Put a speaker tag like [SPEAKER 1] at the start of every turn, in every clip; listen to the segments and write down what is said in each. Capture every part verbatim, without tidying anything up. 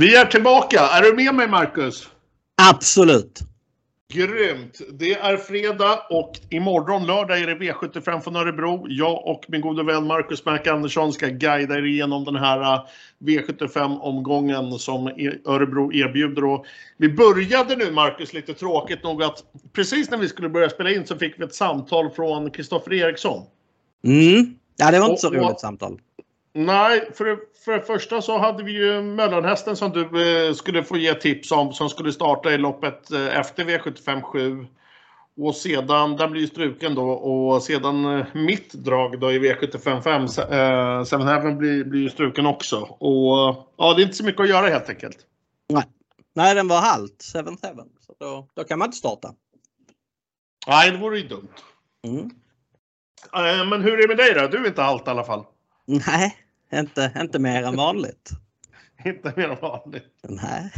[SPEAKER 1] Vi är tillbaka. Är du med mig, Marcus?
[SPEAKER 2] Absolut.
[SPEAKER 1] Grymt. Det är fredag och imorgon lördag är det V sjuttiofem från Örebro. Jag och min gode vän Marcus Mac Andersson ska guida er igenom den här V sjuttiofem-omgången som Örebro erbjuder. Och vi började nu, Marcus, lite tråkigt nog att precis när vi skulle börja spela in så fick vi ett samtal från Kristoffer Eriksson.
[SPEAKER 2] Mm. Ja, det var inte
[SPEAKER 1] och,
[SPEAKER 2] så roligt
[SPEAKER 1] och,
[SPEAKER 2] samtal.
[SPEAKER 1] Nej, för, för det första så hade vi ju Mellanhästen som du eh, skulle få ge tips om, som skulle starta i loppet eh, efter V sjuttiofem sju. Och sedan, den blir struken då, och sedan eh, mitt drag då i V sjuttiofem fem, eh, Seven Heaven blir, blir struken också. Och ja, det är inte så mycket att göra helt enkelt.
[SPEAKER 2] Nej, Nej den var halt, Seven Heaven, så då, då kan man inte starta.
[SPEAKER 1] Nej, det vore ju dumt.
[SPEAKER 2] Mm.
[SPEAKER 1] Eh, men hur är det med dig då? Du är inte halt i alla fall.
[SPEAKER 2] Nej, inte, inte mer än vanligt.
[SPEAKER 1] Inte mer än vanligt.
[SPEAKER 2] Nej.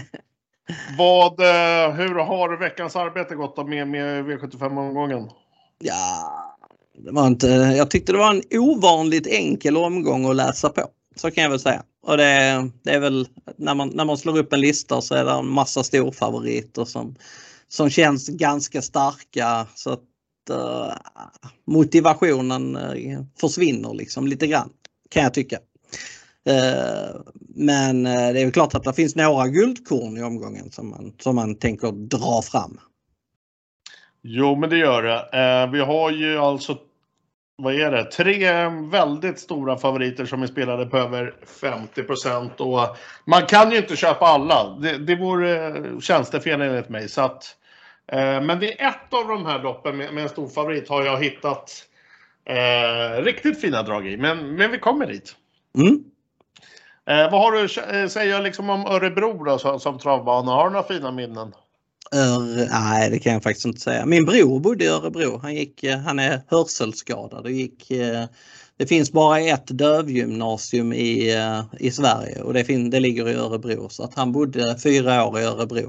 [SPEAKER 1] Vad, hur har veckans arbete gått då med, med V sjuttiofem-omgången?
[SPEAKER 2] Ja, det var inte, jag tyckte det var en ovanligt enkel omgång att läsa på. Så kan jag väl säga. Och det, det är väl, när man, när man slår upp en lista så är det en massa storfavoriter som, som känns ganska starka. Så att uh, motivationen uh, försvinner liksom lite grann, kan jag tycka. Uh, men uh, det är väl klart att det finns några guldkorn i omgången som man, som man tänker dra fram.
[SPEAKER 1] Jo, men det gör det. Uh, vi har ju alltså, vad är det? Tre väldigt stora favoriter som är spelade på över femtio procent. Och man kan ju inte köpa alla. Det, det vore tjänstefel enligt mig. Så att, uh, men det är ett av de här loppen med, med en stor favorit har jag hittat uh, riktigt fina drag i. Men, men vi kommer dit.
[SPEAKER 2] Mm.
[SPEAKER 1] Eh, vad har du att säga liksom om Örebro då, som, som travbana? Har du några fina minnen?
[SPEAKER 2] Ör, nej, det kan jag faktiskt inte säga. Min bror bodde i Örebro. Han, gick, han är hörselskadad. Det, gick, det finns bara ett dövgymnasium i, i Sverige och det, fin, det ligger i Örebro. Så att han bodde fyra år i Örebro.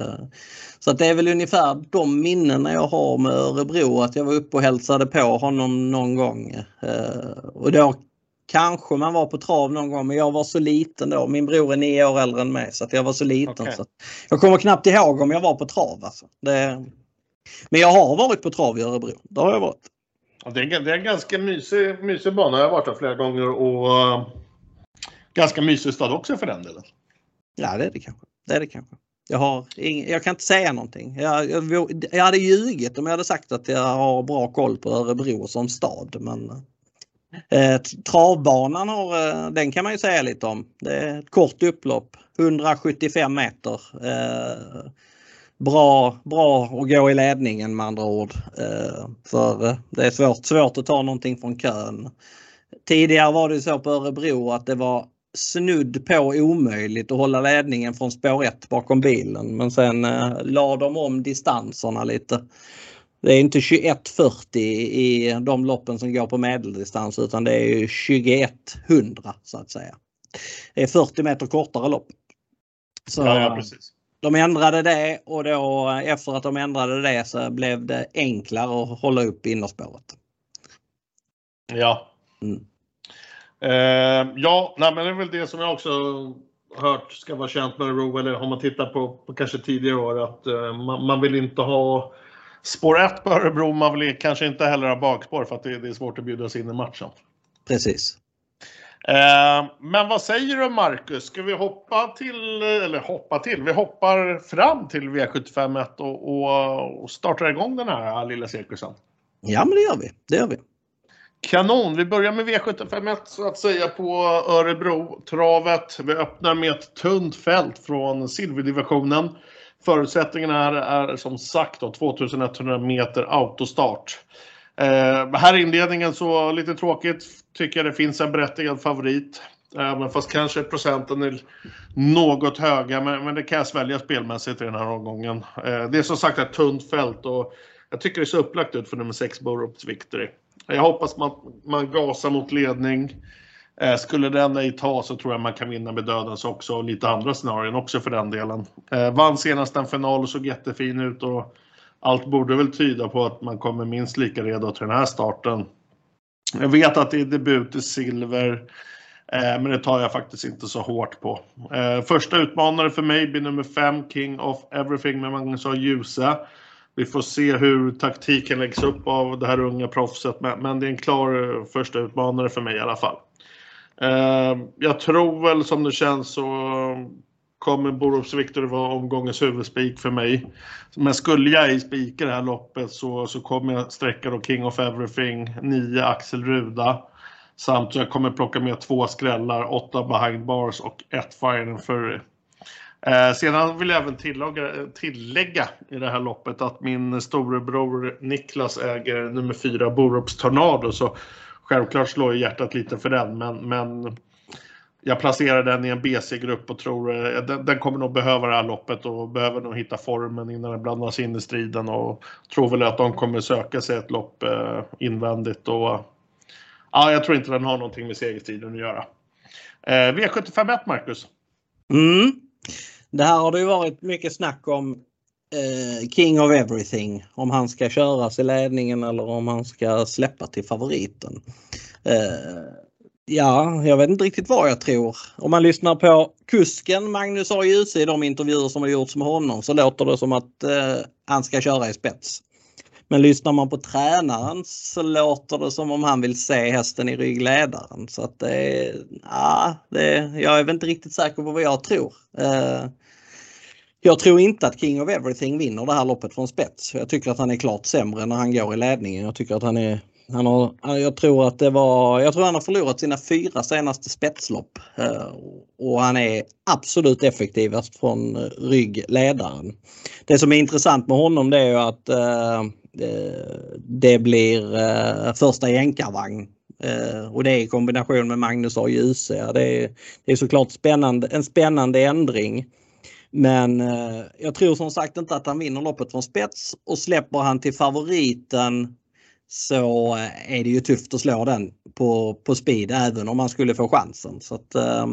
[SPEAKER 2] Så att det är väl ungefär de minnen jag har med Örebro. Att jag var uppe och hälsade på honom någon gång. Och då kanske man var på trav någon gång, men jag var så liten då. Min bror är nio år äldre än mig, så att jag var så liten. Okay. Så att jag kommer knappt ihåg om jag var på trav. Alltså. Det... Men jag har varit på trav i Örebro. Det har jag varit.
[SPEAKER 1] Ja, det, är, det är en ganska mysig, mysig bana. Jag har varit där flera gånger och uh, ganska mysig stad också för den delen.
[SPEAKER 2] Ja, det är det kanske. Det är det kanske. Jag, har ing... jag kan inte säga någonting. Jag, jag, jag hade ljugit om jag hade sagt att jag har bra koll på Örebro som stad, men... Eh, travbanan har, eh, den kan man ju säga lite om. Det är ett kort upplopp, hundrasjuttiofem meter. Eh, bra, bra att gå i ledningen med andra ord. Eh, för eh, det är svårt, svårt att ta någonting från kön. Tidigare var det så på Örebro att det var snudd på omöjligt att hålla ledningen från spår ett bakom bilen. Men sen eh, la de om distanserna lite. Det är inte tjugoett fyrtio i de loppen som går på medeldistans, utan det är tjugoett hundra så att säga. Det är fyrtio meter kortare lopp. Så
[SPEAKER 1] ja, ja, precis.
[SPEAKER 2] De ändrade det, och då efter att de ändrade det så blev det enklare att hålla upp innerspåret.
[SPEAKER 1] Ja.
[SPEAKER 2] Mm.
[SPEAKER 1] Eh, ja, nej, men det är väl det som jag också hört ska vara känt med Örebro, eller har man tittat på, på kanske tidigare år, att eh, man, man vill inte ha spår ett på Örebro, man vill kanske inte heller ha bakspår för att det, det är svårt att bjuda sig in i matchen.
[SPEAKER 2] Precis.
[SPEAKER 1] Eh, men vad säger du, Marcus? Ska vi hoppa till, eller hoppa till, vi hoppar fram till V sjuttiofem ett och, och, och startar igång den här lilla cirkusen?
[SPEAKER 2] Ja, men det gör vi. Det gör vi.
[SPEAKER 1] Kanon, vi börjar med V sjuttiofem ett så att säga på Örebro. Travet, vi öppnar med ett tunt fält från silverdivisionen. Förutsättningarna är, är som sagt då, tvåtusenetthundra meter autostart. Eh, här i inledningen så lite tråkigt tycker jag det finns en berättigad favorit. Även fast kanske procenten är något höga, men, men det kan jag svälja spelmässigt i den här omgången. Eh, det är som sagt ett tunt fält och jag tycker det ser upplagt ut för nummer sex Borups Victory. Jag hoppas man, man gasar mot ledning. Eh, skulle den ej ta så tror jag man kan vinna med dödens också, och lite andra scenarion också för den delen. Eh, vann senast en final och såg jättefin ut, och allt borde väl tyda på att man kommer minst lika redo till den här starten. Jag vet att det är debut i silver. Eh, men det tar jag faktiskt inte så hårt på. Eh, första utmanare för mig blir nummer fem, King of Everything med Magnus A. Djuse. Vi får se hur taktiken läggs upp av det här unga proffset. Men, men det är en klar första utmanare för mig i alla fall. Eh, jag tror väl som det känns så kommer Borups Victory vara omgångens huvudspik för mig. Men skulle jag i spika det här loppet så, så kommer jag sträcka då King of Everything, nio Axel Ruda. Samt jag kommer plocka med två skrällar, åtta Behind Bars och ett Fire and Fury. Eh, sedan vill jag även tillägga, tillägga i det här loppet att min storebror Niklas äger nummer fyra Borups Tornado. Så självklart slår hjärtat lite för den. Men, men jag placerar den i en B C-grupp och tror eh, den, den kommer nog behöva det här loppet och behöver nog hitta formen innan den blandas in i striden. Och tror väl att de kommer söka sig ett lopp eh, invändigt. Och ja, jag tror inte den har någonting med segerstriden att göra. Eh, V sjuttiofem ett, Marcus.
[SPEAKER 2] Mm. Det här har det ju varit mycket snack om eh, King of Everything. Om han ska köras i ledningen eller om han ska släppa till favoriten. Eh, ja, jag vet inte riktigt vad jag tror. Om man lyssnar på kusken Magnus A. Djuse i de intervjuer som har gjorts med honom så låter det som att eh, han ska köra i spets. Men lyssnar man på tränaren så låter det som om han vill se hästen i ryggledaren. Så att det är, ja, det, jag är väl inte riktigt säker på vad jag tror. Eh, jag tror inte att King of Everything vinner det här loppet från spets. Jag tycker att han är klart sämre när han går i ledningen. Jag tycker att han är, han har, jag tror att det var, jag tror han har förlorat sina fyra senaste spetslopp. Eh, och han är absolut effektivast från ryggledaren. Det som är intressant med honom det är ju att eh, det blir eh, första jänkarvagn eh, och det är i kombination med Magnus A. Djuse. Det är, det är såklart spännande, en spännande ändring. Men eh, jag tror som sagt inte att han vinner loppet från spets och släpper han till favoriten så är det ju tufft att slå den på, på speed även om man skulle få chansen. Så att eh,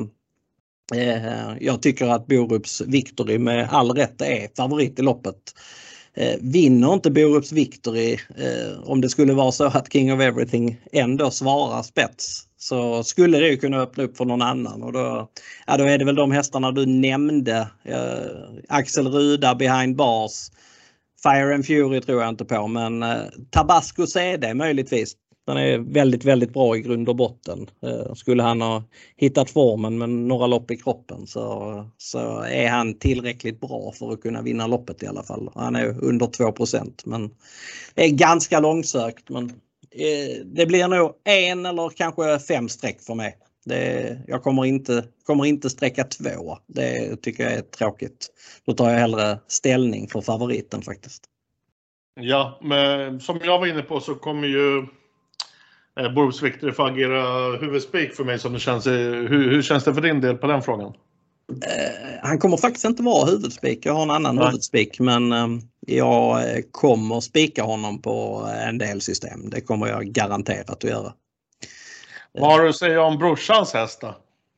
[SPEAKER 2] jag tycker att Borups Victory med all rätt är favorit i loppet. Eh, vinner inte Borups Victory eh, om det skulle vara så att King of Everything ändå svarar spets så skulle det ju kunna öppna upp för någon annan och då, ja, då är det väl de hästarna du nämnde, eh, Axel Ruda, Behind Bars, Fire and Fury tror jag inte på men eh, Tabasco C D möjligtvis. Den är väldigt, väldigt bra i grund och botten. Eh, skulle han ha hittat formen med några lopp i kroppen så, så är han tillräckligt bra för att kunna vinna loppet i alla fall. Han är under två procent men det är ganska långsökt. Men eh, det blir nog en eller kanske fem streck för mig. Det, jag kommer inte, kommer inte sträcka två. Det tycker jag är tråkigt. Då tar jag hellre ställning för favoriten faktiskt.
[SPEAKER 1] Ja, men som jag var inne på så kommer ju Eh, Borups Victory får agera huvudspik för mig som det känns. Hur, hur känns det för din del på den frågan?
[SPEAKER 2] Eh, han kommer faktiskt inte vara huvudspik. Jag har en annan Nej. huvudspik men eh, jag kommer spika honom på en del system. Det kommer jag garanterat att göra.
[SPEAKER 1] Vad har du att säga om brorsans häst då?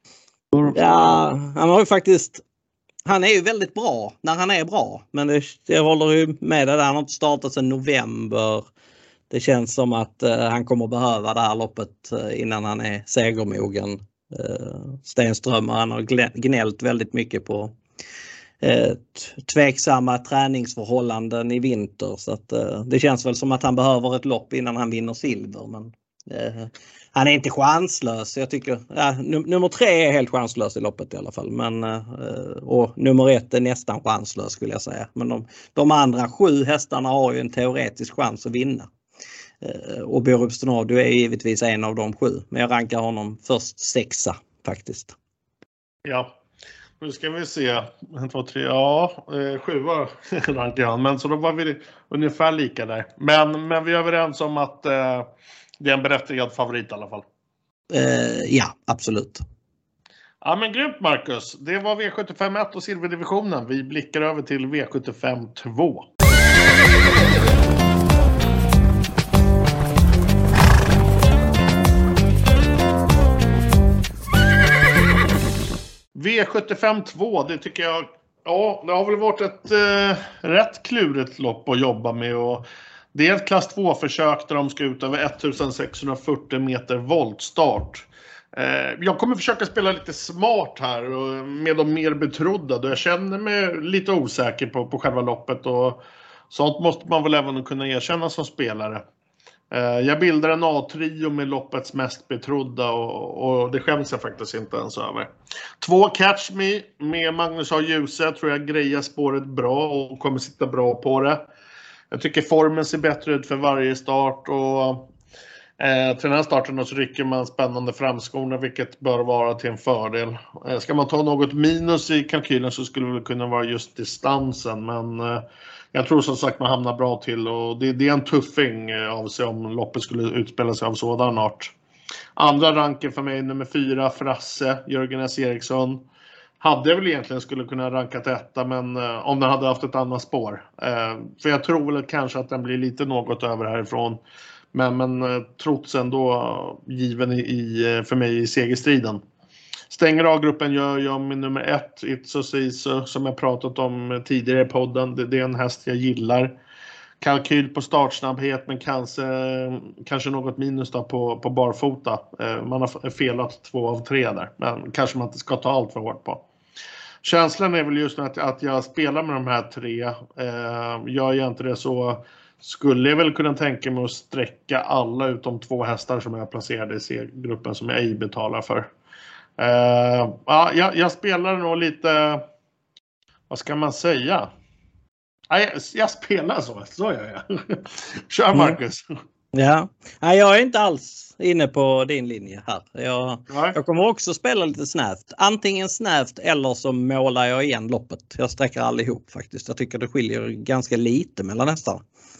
[SPEAKER 2] Ja, han har ju faktiskt han är ju väldigt bra när han är bra. Men det, jag håller ju med det där. Han har inte startat sedan november. Det känns som att uh, han kommer behöva det här loppet uh, innan han är segermogen. Uh, Stenström han har gnällt väldigt mycket på uh, tveksamma träningsförhållanden i vinter. Så att, uh, det känns väl som att han behöver ett lopp innan han vinner silver. Men uh, han är inte chanslös. Jag tycker, uh, num- nummer tre är helt chanslös i loppet i alla fall. Men, uh, och nummer ett är nästan chanslös skulle jag säga. Men de, de andra sju hästarna har ju en teoretisk chans att vinna. Och Borups Tornado är givetvis en av de sju. Men jag rankar honom först sexa faktiskt.
[SPEAKER 1] Ja, nu ska vi se. En, två, tre, ja, eh, sjua rankar han. Men så då var vi ungefär lika där. Men, men vi är överens om att eh, det är en berättigad favorit i alla fall.
[SPEAKER 2] Eh, ja, absolut.
[SPEAKER 1] Ja, men grymt Marcus. Det var V sjuttiofem ett och silverdivisionen. Vi blickar över till V sjuttiofem två. V sjuttiofem två, det tycker jag, ja, det har väl varit ett eh, rätt klurigt lopp att jobba med. Och det är ett klass två-försök där de ska ut över sexton fyrtio meter voltstart. Jag kommer försöka spela lite smart här och med de mer betrodda då jag känner mig lite osäker på, på själva loppet och sånt måste man väl även kunna erkänna som spelare. Jag bildar en A-trio med loppets mest betrodda och, och det skäms jag faktiskt inte ens över. Två Catch Me med Magnus A. Djuse tror jag grejer spåret bra och kommer sitta bra på det. Jag tycker formen ser bättre ut för varje start och Eh, till den här starten så rycker man spännande framskorna vilket bör vara till en fördel. Eh, ska man ta något minus i kalkylen så skulle det väl kunna vara just distansen men eh, jag tror som sagt man hamnar bra till och det, det är en tuffing eh, av sig om loppet skulle utspela sig av sådan art. Andra ranken för mig nummer fyra Frasse, Jörgen S. Eriksson. Hade jag väl egentligen skulle kunna ranka till etta men eh, om den hade haft ett annat spår. Eh, för jag tror väl kanske att den blir lite något över härifrån. Men, men trots ändå given i, i, för mig i segerstriden. Stänger A-gruppen gör jag med nummer ett, It's So Siso, som jag pratat om tidigare i podden. Det, det är en häst jag gillar. Kalkyl på startsnabbhet men kanske, kanske något minus då på, på barfota. Man har felat två av tre där. Men kanske man inte ska ta allt för hårt på. Känslan är väl just nu att, att jag spelar med de här tre. Eh, gör jag inte det så skulle jag väl kunna tänka mig att sträcka alla utom två hästar som jag placerade i C-gruppen som jag ej betalar för. Uh, ja, jag, jag spelar nog lite, vad ska man säga? Ja, jag, jag spelar så, så gör jag. Kör Marcus.
[SPEAKER 2] Mm. Ja, nej, jag är inte alls inne på din linje här. Jag, jag kommer också spela lite snävt. Antingen snävt eller så målar jag igen loppet. Jag sträcker allihop faktiskt. Jag tycker det skiljer ganska lite mellan hästarna.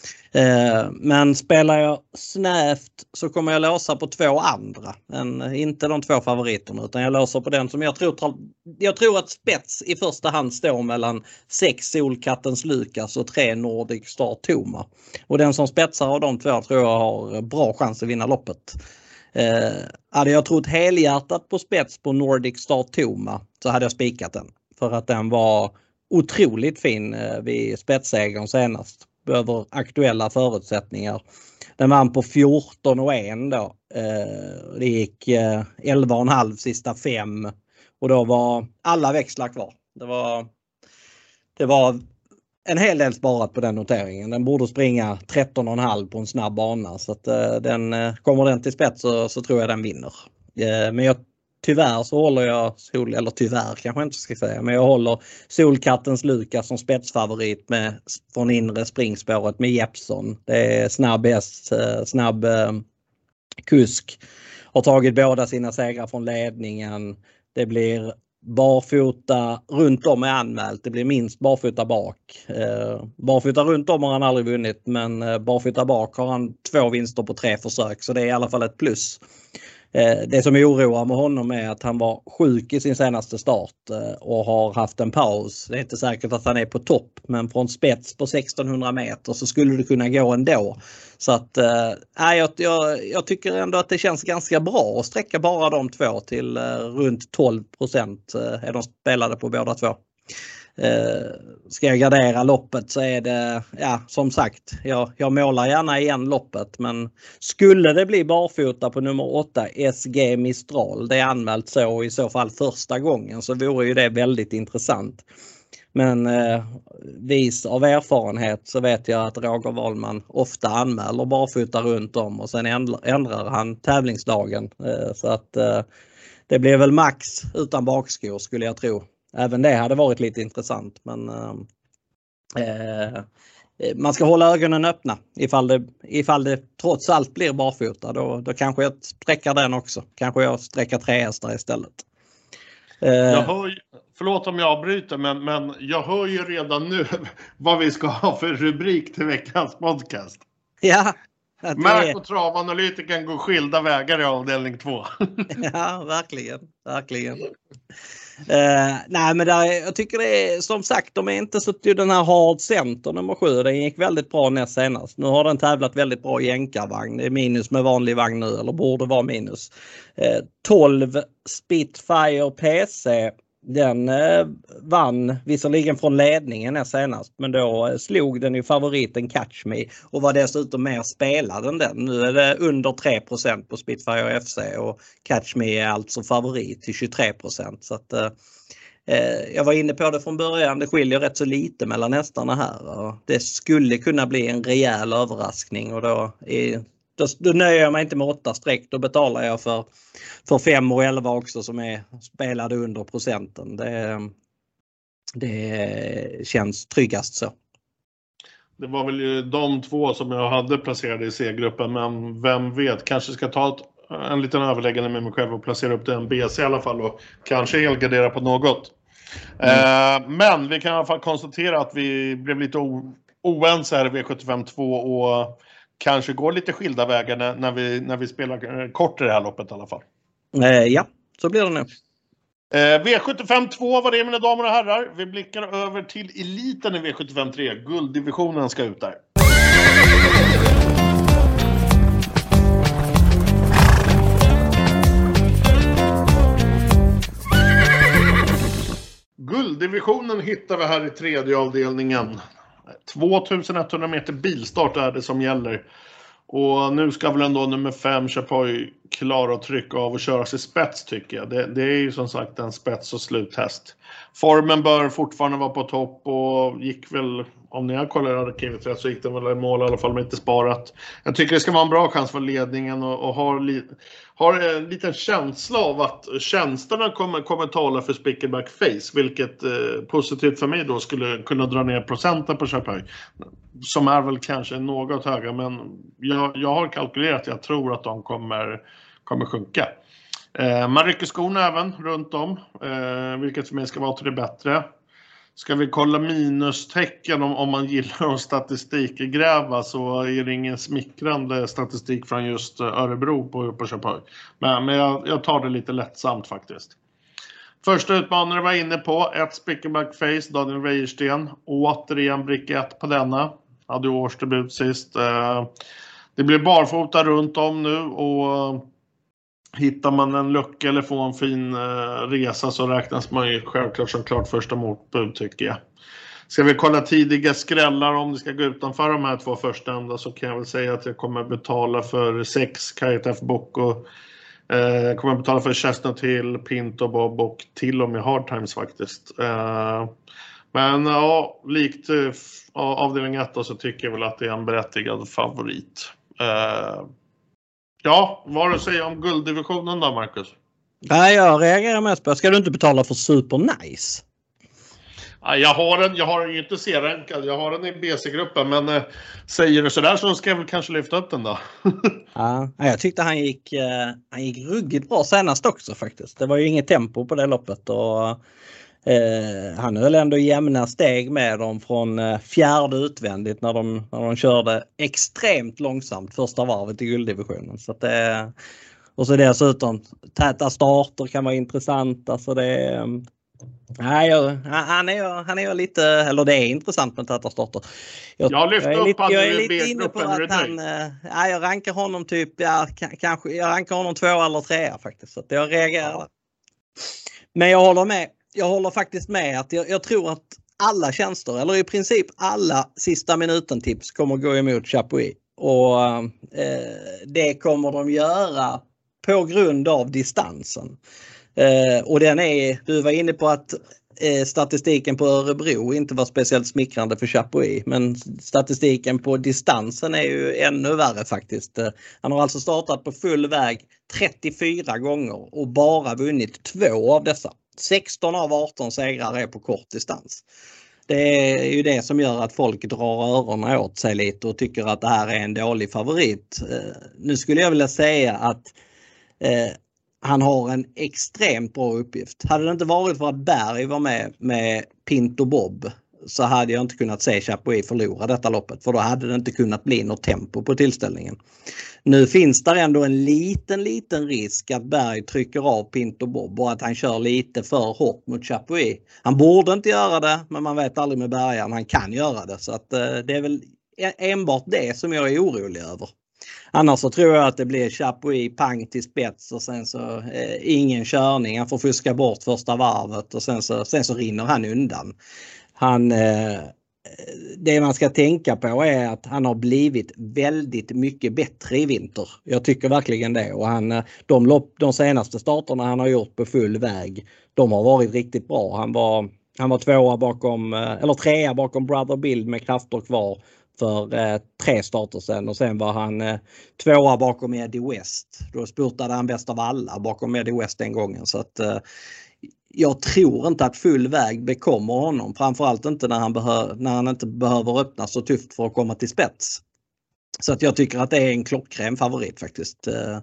[SPEAKER 2] Eh, men spelar jag snävt så kommer jag låsa på två andra. En, inte de två favoriterna utan jag låser på den som jag tror, jag tror att spets i första hand står mellan sex Solkattens Lukas och tre Nordic Star Toma. Och den som spetsar av de två tror jag har bra chans att vinna loppet. Eh, hade jag trott helhjärtat på spets på Nordic Star Toma så hade jag spikat den. För att den var otroligt fin eh, vid spetssegern senast. Över aktuella förutsättningar. Den vann på fjorton och ett då. Eh, det gick eh, elva och en halv sista fem. Och då var alla växlar kvar. Det var, det var en hel del sparat på den noteringen. Den borde springa tretton och en halv på en snabb bana. Så att eh, den, eh, kommer den till spets så, så tror jag den vinner. Eh, men jag Tyvärr så håller jag, sol, eller tyvärr kanske jag inte ska säga, men jag håller Solkattens Lukas som spetsfavorit med, från inre springspåret med Jeppson. Det är snabb häst, snabb eh, kusk. Har tagit båda sina segrar från ledningen. Det blir barfota runt om är anmält. Det blir minst barfota bak. Eh, barfota runt om har han aldrig vunnit men eh, barfota bak har han två vinster på tre försök så det är i alla fall ett plus. Det som oroar med honom är att han var sjuk i sin senaste start och har haft en paus. Det är inte säkert att han är på topp men från spets på sextonhundra meter så skulle det kunna gå ändå. Så att äh, jag, jag, jag tycker ändå att det känns ganska bra att sträcka bara de två till äh, runt tolv procent är de spelade på båda två. Eh, ska jag gardera loppet så är det, ja som sagt, jag, jag målar gärna igen loppet men skulle det bli barfota på nummer åtta S G Mistral, det är anmält så i så fall första gången så vore ju det väldigt intressant. Men eh, vis av erfarenhet så vet jag att Roger Wahlman ofta anmäler barfota runt om och sen ändrar han tävlingsdagen eh, så att eh, det blir väl max utan bakskor skulle jag tro. Även det hade varit lite intressant men eh, man ska hålla ögonen öppna ifall det, ifall det trots allt blir barfota då, då kanske jag sträcker den också. Kanske jag sträcker tre hästar istället. Eh,
[SPEAKER 1] jag hör, förlåt om jag avbryter men, men jag hör ju redan nu vad vi ska ha för rubrik till veckans podcast.
[SPEAKER 2] Ja.
[SPEAKER 1] Märk och travanalytiken går skilda vägar i avdelning två.
[SPEAKER 2] Ja, verkligen. Verkligen. Uh, nej men där, jag tycker det är som sagt de är inte så till den här hard center nummer sju. Den gick väldigt bra näst senast. Nu har den tävlat väldigt bra i jänkarvagn. Det är minus med vanlig vagn nu eller borde vara minus. Uh, tolv Spitfire P C Den eh, vann visserligen från ledningen här senast, men då eh, slog den ju favoriten Catch Me och var dessutom mer spelad än den. Nu är det under tre procent på Spitfire F C och Catch Me är alltså favorit till tjugotre procent. Så att, eh, jag var inne på det från början, det skiljer rätt så lite mellan hästarna här. Och det skulle kunna bli en rejäl överraskning och då är Då, då nöjer jag mig inte med åtta streck. Då betalar jag för, för fem och elva också som är spelade under procenten. Det, det känns tryggast så.
[SPEAKER 1] Det var väl de två som jag hade placerade i C-gruppen. Men vem vet, kanske ska ta ett, en liten överläggande med mig själv och placera upp den B C i alla fall. Och kanske helgardera på något. Mm. Eh, men vi kan i alla fall konstatera att vi blev lite o, oense här i V sjuttiofem två och kanske går lite skilda vägar när, när, vi, när vi spelar kort i det här loppet i alla fall.
[SPEAKER 2] Eh, ja, så blir det nu.
[SPEAKER 1] Eh, V sjuttiofem två var det, mina damer och herrar. Vi blickar över till eliten i V sjuttiofem tre. Gulddivisionen ska ut där. Gulddivisionen hittar vi här i tredje avdelningen. tvåtusenetthundra meter bilstart är det som gäller. Och nu ska väl ändå nummer fem Chapoy klara att trycka av och köra sig spets, tycker jag. Det, det är ju som sagt en spets- och sluthäst. Formen bör fortfarande vara på topp och gick väl, om ni har kollat arkivet rätt, så gick den väl i mål i alla fall om inte sparat. Jag tycker det ska vara en bra chans för ledningen och, och har, li, har en liten känsla av att tjänsterna kommer, kommer tala för Spickleback Face, vilket eh, positivt för mig då skulle kunna dra ner procenten på Chapoy, som är väl kanske något höga, men jag, jag har kalkylerat, jag tror att de kommer, kommer sjunka. Eh, man rycker skorna även runt om, eh, vilket för mig ska vara till det bättre. Ska vi kolla minustecken om, om man gillar att statistikgräva, så är det ingen smickrande statistik från just Örebro på, på Chapoy. Men, men jag, jag tar det lite lättsamt faktiskt. Första utmanare var inne på ett Spickleback Face, Daniel Wäjersten. Återigen bricka ett på denna. Hade årsdebut sist. Eh, det blir barfota runt om nu och hittar man en lucka eller får en fin eh, resa så räknas man ju självklart som klart första motbud, tycker jag. Ska vi kolla tidiga skrällar om det ska gå utanför de här två första ända, så kan jag väl säga att jag kommer betala för sex Kajet F. Bocco. Eh, jag kommer betala för Chestnut Hill, Pinto Bob och till och med Hard Times faktiskt. Eh, men ja, likt eh, avdelning ett då, så tycker jag väl att det är en berättigad favorit. Eh, Ja, vad har du att säga om gulddivisionen då, Marcus?
[SPEAKER 2] Nej, jag reagerar mest på, ska du inte betala för Super Nice?
[SPEAKER 1] Ja, jag har en, jag har en inte C-rankad, jag har den i B C-gruppen, men eh, säger du sådär så ska jag väl kanske lyfta upp den då.
[SPEAKER 2] Ja, jag tyckte han gick, eh, han gick ruggigt bra senast också faktiskt. Det var ju inget tempo på det loppet och Eh, han höll ändå jämna steg med dem från eh, fjärde utvändigt när de, när de körde extremt långsamt första varvet i gulddivisionen. Så att det, och så dessutom täta starter kan vara intressant. Alltså det, eh, nej, han, är, han är lite, eller det är intressant med täta starter. Jag,
[SPEAKER 1] jag lyfter
[SPEAKER 2] jag är
[SPEAKER 1] upp
[SPEAKER 2] lite, jag är
[SPEAKER 1] lite
[SPEAKER 2] lite inne på att han, eh, ja, jag rankar honom typ, ja, k- kanske, jag rankar honom två eller tre faktiskt. Så att jag reagerar. Ja. Men jag håller med. Jag håller faktiskt med att jag, jag tror att alla tjänster, eller i princip alla sista minuten tips kommer gå emot Chapuis. Och eh, det kommer de göra på grund av distansen. Eh, och den är, du var inne på att eh, statistiken på Örebro inte var speciellt smickrande för Chapuis. Men statistiken på distansen är ju ännu värre faktiskt. Eh, han har alltså startat på full väg trettiofyra gånger och bara vunnit två av dessa. sexton av arton segrar är på kort distans. Det är ju det som gör att folk drar öronen åt sig lite och tycker att det här är en dålig favorit. Eh, nu skulle jag vilja säga att eh, han har en extremt bra uppgift. Hade det inte varit för att Berg var med med Pinto Bob, så hade jag inte kunnat se Chapuis förlora detta loppet. För då hade det inte kunnat bli något tempo på tillställningen. Nu finns där ändå en liten, liten risk att Berg trycker av Pinto Bob och att han kör lite för hårt mot Chapuis. Han borde inte göra det, men man vet aldrig med Bergan. Han kan göra det. Så att, eh, det är väl enbart det som jag är orolig över. Annars så tror jag att det blir Chapuis pang till spets och sen så eh, ingen körning. Han får fuska bort första varvet och sen så, sen så rinner han undan. Han, eh, det man ska tänka på är att han har blivit väldigt mycket bättre i vinter. Jag tycker verkligen det. Och han, de, lopp, de senaste starterna han har gjort på full väg, de har varit riktigt bra. Han var, han var tvåa bakom, eller trea bakom Brother Bill med krafter kvar för eh, tre starter sedan. Och sen var han eh, tvåa bakom Eddie West. Då spurtade han bäst av alla bakom Eddie West den gången. Så att eh, jag tror inte att full väg bekommer honom. Framförallt inte när han, behö- när han inte behöver öppna så tufft för att komma till spets. Så att jag tycker att det är en klockren favorit faktiskt. Eh,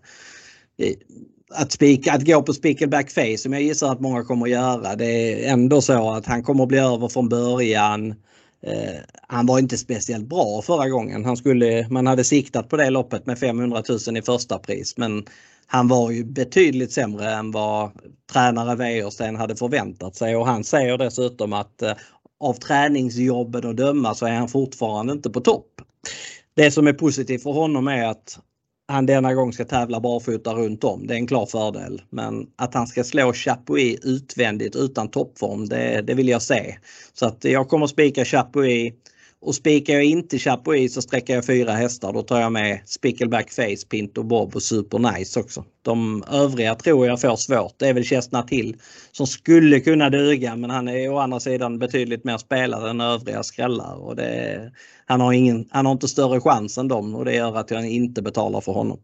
[SPEAKER 2] att, spika, att gå på Spikelback Face som jag gissar att många kommer att göra. Det är ändå så att han kommer att bli över från början. Eh, han var inte speciellt bra förra gången. Han skulle, man hade siktat på det loppet med femhundratusen i första pris. Men han var ju betydligt sämre än vad tränare Wäjersten hade förväntat sig. Och han säger dessutom att eh, av träningsjobben att döma så är han fortfarande inte på topp. Det som är positivt för honom är att han denna gång ska tävla barfota runt om. Det är en klar fördel. Men att han ska slå Chapuis utvändigt utan toppform, det, det vill jag se. Så att jag kommer att spika Chapuis. Och spikar jag inte Chapuis så sträcker jag fyra hästar. Då tar jag med Spikelback Face, Pinto Bob och Super Nice också. De övriga tror jag får svårt. Det är väl Chestnut till som skulle kunna duga. Men han är å andra sidan betydligt mer spelad än övriga skrällar. Och det, han, har ingen, han har inte större chans än dem. Och det gör att jag inte betalar för honom.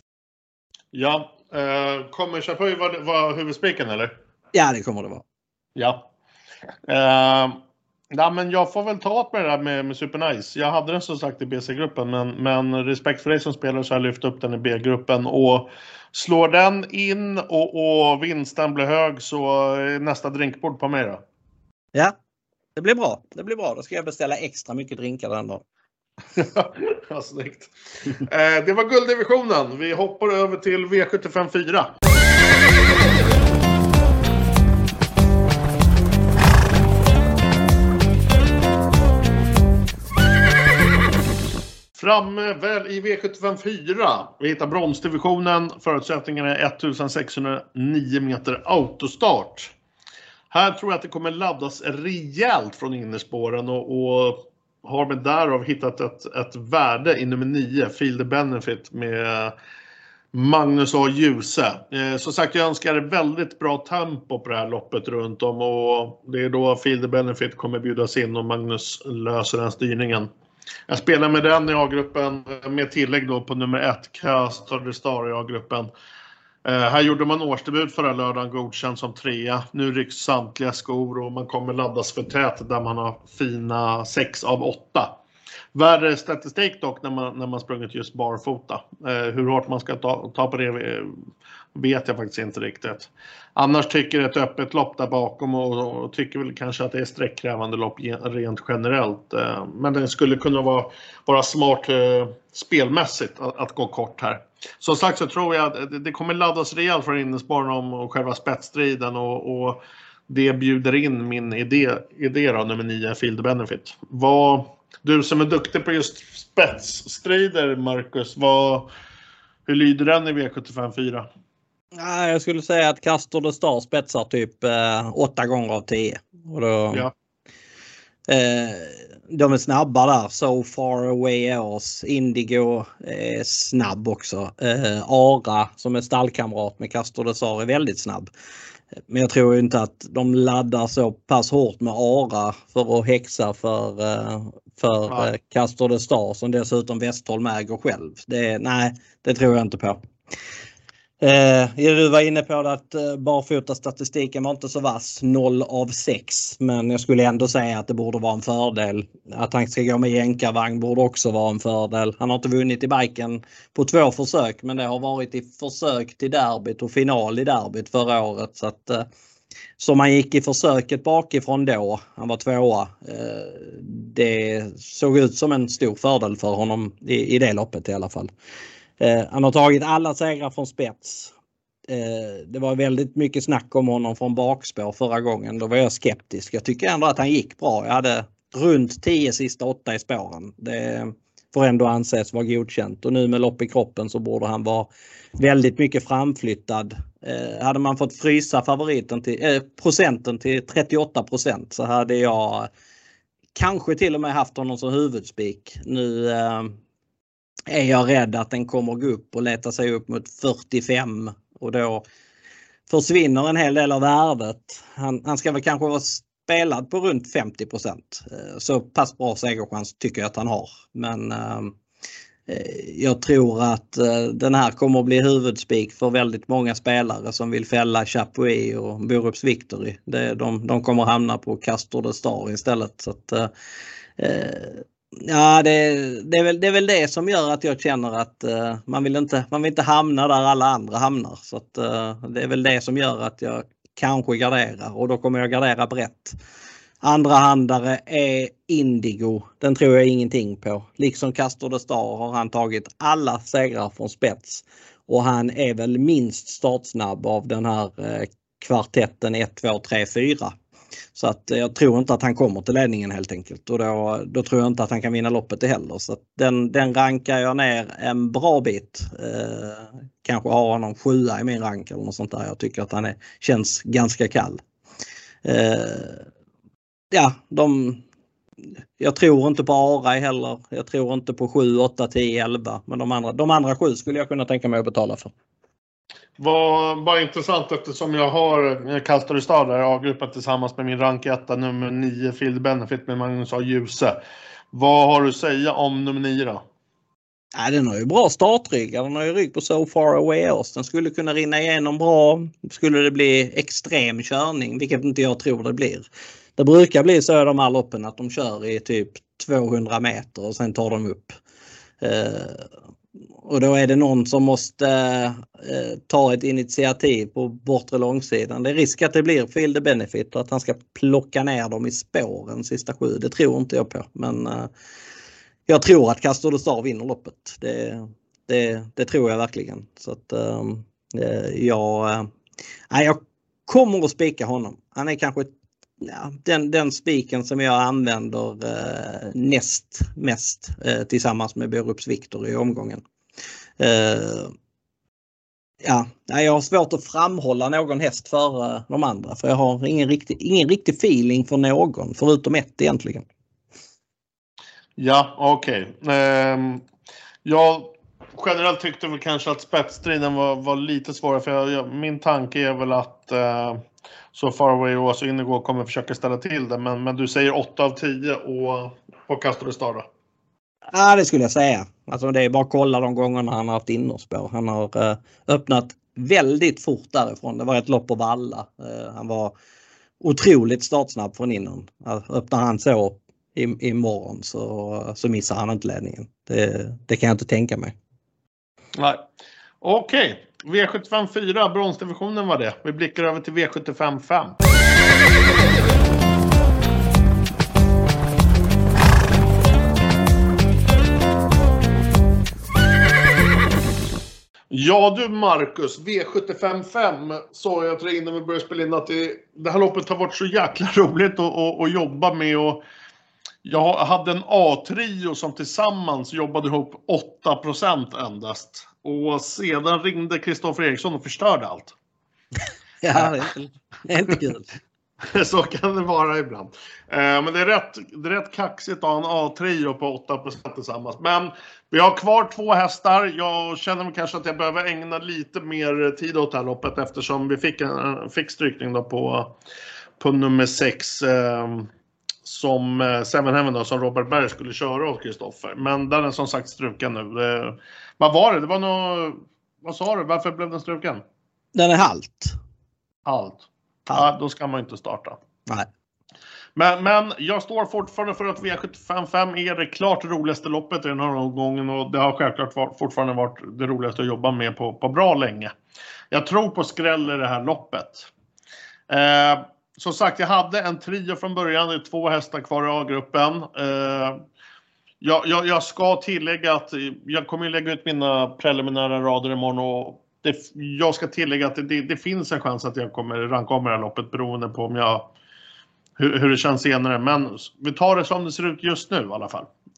[SPEAKER 1] Ja, eh, kommer Chapuis vara var huvudspiken eller?
[SPEAKER 2] Ja, det kommer det vara.
[SPEAKER 1] Ja. Eh, ja, men jag får väl ta åt mig det där med, med Super Nice. Jag hade den som sagt i B C-gruppen, men, men respekt för dig som spelar så har jag lyft upp den i B-gruppen. Och slår den in och, och vinsten blir hög så är nästa drinkbord på mig då.
[SPEAKER 2] Ja, det blir bra. Det blir bra. Då ska jag beställa extra mycket drinkar den dagen.
[SPEAKER 1] Ja, snyggt. Eh, det var gulddivisionen. Vi hoppar över till V sjuttiofem fyra. Framme väl i V sjuttiofem fyra. Vi hittar bronsdivisionen. Förutsättningarna är ettusensexhundranio meter autostart. Här tror jag att det kommer laddas rejält från innerspåren och, och har med därav hittat ett, ett värde i nummer nio, Feel the Benefit med Magnus A. Djuse. Eh, som sagt, jag önskar väldigt bra tempo på det här loppet runt om och det är då Feel the Benefit kommer bjudas in och Magnus löser den styrningen. Jag spelar med den i A-gruppen med tillägg då på nummer ett, Castor de Star i A-gruppen. Eh, här gjorde man årsdebut förra lördagen, godkänd som trea. Nu rycks samtliga skor och man kommer laddas för tät där man har fina sex av åtta. Värre statistik dock när man, när man sprungit just barfota. Eh, hur hårt man ska ta, ta på det vet jag faktiskt inte riktigt. Annars tycker jag ett öppet lopp där bakom och, och tycker väl kanske att det är sträckkrävande lopp rent generellt. Eh, men det skulle kunna vara, vara smart eh, spelmässigt att, att gå kort här. Som sagt så tror jag att det kommer laddas rejält från innerspåren om och själva spetsstriden och, och det bjuder in min idé, idé då, nummer nio, Feel the Benefit. Vad, du som är duktig på just spetsstrider, Marcus, vad, hur lyder den i V sjuttiofem fyra?
[SPEAKER 2] Ja, jag skulle säga att Castor de Star spetsar typ eh, åtta gånger av tio. Och då,
[SPEAKER 1] ja.
[SPEAKER 2] eh, de är snabba där. So Far Away Ours. Indigo är snabb också. Eh, Ara som är stallkamrat med Castor de Star är väldigt snabb. Men jag tror inte att de laddar så pass hårt med Ara för att häxa för, för ja. Castor de Star som dessutom Westholm äger själv. Det, nej, det tror jag inte på. Eh, du var inne på att eh, barfota statistiken var inte så vass, noll av sex, men jag skulle ändå säga att det borde vara en fördel. Att han ska gå med jänkarvagn borde också vara en fördel. Han har inte vunnit i biken på två försök, men det har varit i försök till derbyt och final i derbyt förra året. Så att, eh, som han gick i försöket bakifrån då, han var tvåa, eh, det såg ut som en stor fördel för honom i, i det loppet i alla fall. Eh, han har tagit alla segrar från spets. Eh, det var väldigt mycket snack om honom från bakspår förra gången. Då var jag skeptisk. Jag tycker ändå att han gick bra. Jag hade runt tio sista åtta i spåren. Det får ändå anses vara godkänt. Och nu med lopp i kroppen så borde han vara väldigt mycket framflyttad. Eh, hade man fått frysa favoriten till, eh, procenten till trettioåtta procent så hade jag kanske till och med haft honom som huvudspik. Nu eh, är jag rädd att den kommer gå upp och leta sig upp mot fyrtiofem och då försvinner en hel del av värdet. Han, han ska väl kanske vara spelad på runt femtio procent. Så pass bra segerchans tycker jag att han har. Men eh, jag tror att eh, den här kommer att bli huvudspik för väldigt många spelare som vill fälla Chapuis och Borups Victory. Det, de, de kommer hamna på Castor de Star istället. Så att, eh, ja, det, det, är väl, det är väl det som gör att jag känner att uh, man, vill inte, man vill inte hamna där alla andra hamnar. Så att, uh, det är väl det som gör att jag kanske garderar och då kommer jag gardera brett. Andra handare är Indigo. Den tror jag ingenting på. Liksom Castor de Star har han tagit alla segrar från spets. Och han är väl minst startsnabb av den här uh, kvartetten ett, två, tre, fyra. Så att jag tror inte att han kommer till ledningen helt enkelt. Och då, då tror jag inte att han kan vinna loppet heller. Så att den, den rankar jag ner en bra bit. Eh, kanske har honom sjua i min rank eller något sånt där. Jag tycker att han är, känns ganska kall. Eh, ja, de... Jag tror inte på Arai heller. Jag tror inte på sju, åtta, tio, elva. Men de andra, de andra sju skulle jag kunna tänka mig att betala för.
[SPEAKER 1] Vad var intressant eftersom jag har Castor de Star där avgruppat tillsammans med min rank etta nummer nio Field Benefit med Magnus A. Djuse. Vad har du att säga om nummer nio då?
[SPEAKER 2] Ja, den har ju bra startryggar. Den har ju rygg på So Far Away Us. Den skulle kunna rinna igenom bra. Skulle det bli extrem körning, vilket inte jag tror det blir. Det brukar bli så i de här loppen att de kör i typ tvåhundra meter och sen tar de upp. Eh, och då är det någon som måste eh, ta ett initiativ på bortre långsidan. Det är risk att det blir Field Benefit och att han ska plocka ner dem i spåren sista sju. Det tror inte jag på. Men eh, jag tror att Castor de Star vinner loppet. Det, det, det tror jag verkligen. Så att eh, jag, eh, jag kommer att spika honom. Han är kanske ja, den, den spiken som jag använder eh, näst mest eh, tillsammans med Borups Victory i omgången. Eh, ja, jag har svårt att framhålla någon häst för de andra för jag har ingen riktig, ingen riktig feeling för någon förutom ett egentligen.
[SPEAKER 1] Ja, okej. Okay. Eh, jag generellt tyckte väl kanske att spetsstriden var, var lite svårare för jag, jag, min tanke är väl att eh, So Far Away och så Indigo kommer försöka ställa till det men, men du säger åtta av tio och på Castor de Star då?
[SPEAKER 2] Ja, det skulle jag säga. Alltså det är bara att kolla de gångerna han har haft innerspår. Han har uh, öppnat väldigt fort därifrån. Det var ett lopp på Valla. Uh, han var otroligt startsnabb från innan. Uh, öppnar han så i, imorgon så, så missar han inte ledningen. Det, det kan jag inte tänka mig.
[SPEAKER 1] Nej. Okej. Okay. V sjuttiofem fyra, bronsdivisionen var det. Vi blickar över till V sjuttiofem fem. Ja du Marcus, V sjuttiofem fem sa jag till dig innan vi började spela in att det, det här loppet har varit så jäkla roligt att, att, att jobba med. Och jag hade en A-trio som tillsammans jobbade ihop åtta procent endast. Och sedan ringde Kristoffer Eriksson och förstörde allt.
[SPEAKER 2] Ja, det är inte kul.
[SPEAKER 1] Så kan det vara ibland. Men det är rätt, det är rätt kaxigt att ha en A-trio på åtta procent tillsammans. Men vi har kvar två hästar. Jag känner mig kanske att jag behöver ägna lite mer tid åt det här loppet eftersom vi fick en fick strykning då på, på nummer sex eh, som eh, Seven Heaven då, som Robert Berg skulle köra åt Kristoffer. Men den är som sagt struken nu. Det, vad var det? Det var nog... Vad sa du? Varför blev den struken?
[SPEAKER 2] Den är halt.
[SPEAKER 1] Halt. Ja, då ska man inte starta.
[SPEAKER 2] Nej.
[SPEAKER 1] Men, men jag står fortfarande för att V sjuttiofem fem är det klart roligaste loppet i den här omgången. Och det har självklart var, fortfarande varit det roligaste att jobba med på, på bra länge. Jag tror på skräll i det här loppet. Eh, som sagt, jag hade en trio från början. Det är två hästar kvar i A-gruppen. Eh, jag, jag, jag ska tillägga att jag kommer att lägga ut mina preliminära rader imorgon. Och det, jag ska tillägga att det, det finns en chans att jag kommer ranka om det här loppet beroende på om jag... Hur, hur det känns senare. Men vi tar det som det ser ut just nu i alla fall.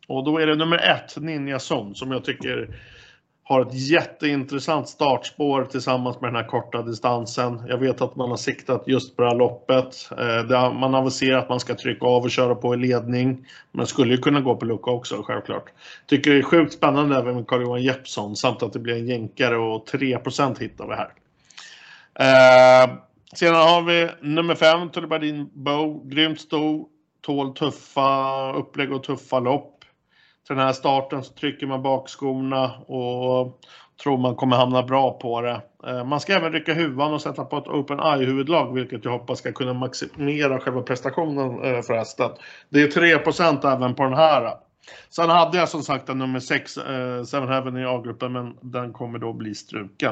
[SPEAKER 1] Och då är det nummer ett, Ninja Zone, som jag tycker har ett jätteintressant startspår tillsammans med den här korta distansen. Jag vet att man har siktat just på det här loppet. Eh, man har aviserat att man ska trycka av och köra på i ledning. Men skulle ju kunna gå på lucka också, självklart. Tycker det är sjukt spännande även med Carl-Johan Jeppsson. Samt att det blir en jänkare och tre procent hittar vi här. Eh, sedan har vi nummer fem, Tullibardin Bow. Grymt stor, tål tuffa upplägg och tuffa lopp. Till den här starten så trycker man bakskorna och tror man kommer hamna bra på det. Man ska även rycka huvan och sätta på ett open eye-huvudlag, vilket jag hoppas ska kunna maximera själva prestationen för hästen. Det är tre procent även på den här. Sen hade jag som sagt en nummer sex, Seven Heaven i A-gruppen, men den kommer då bli struken.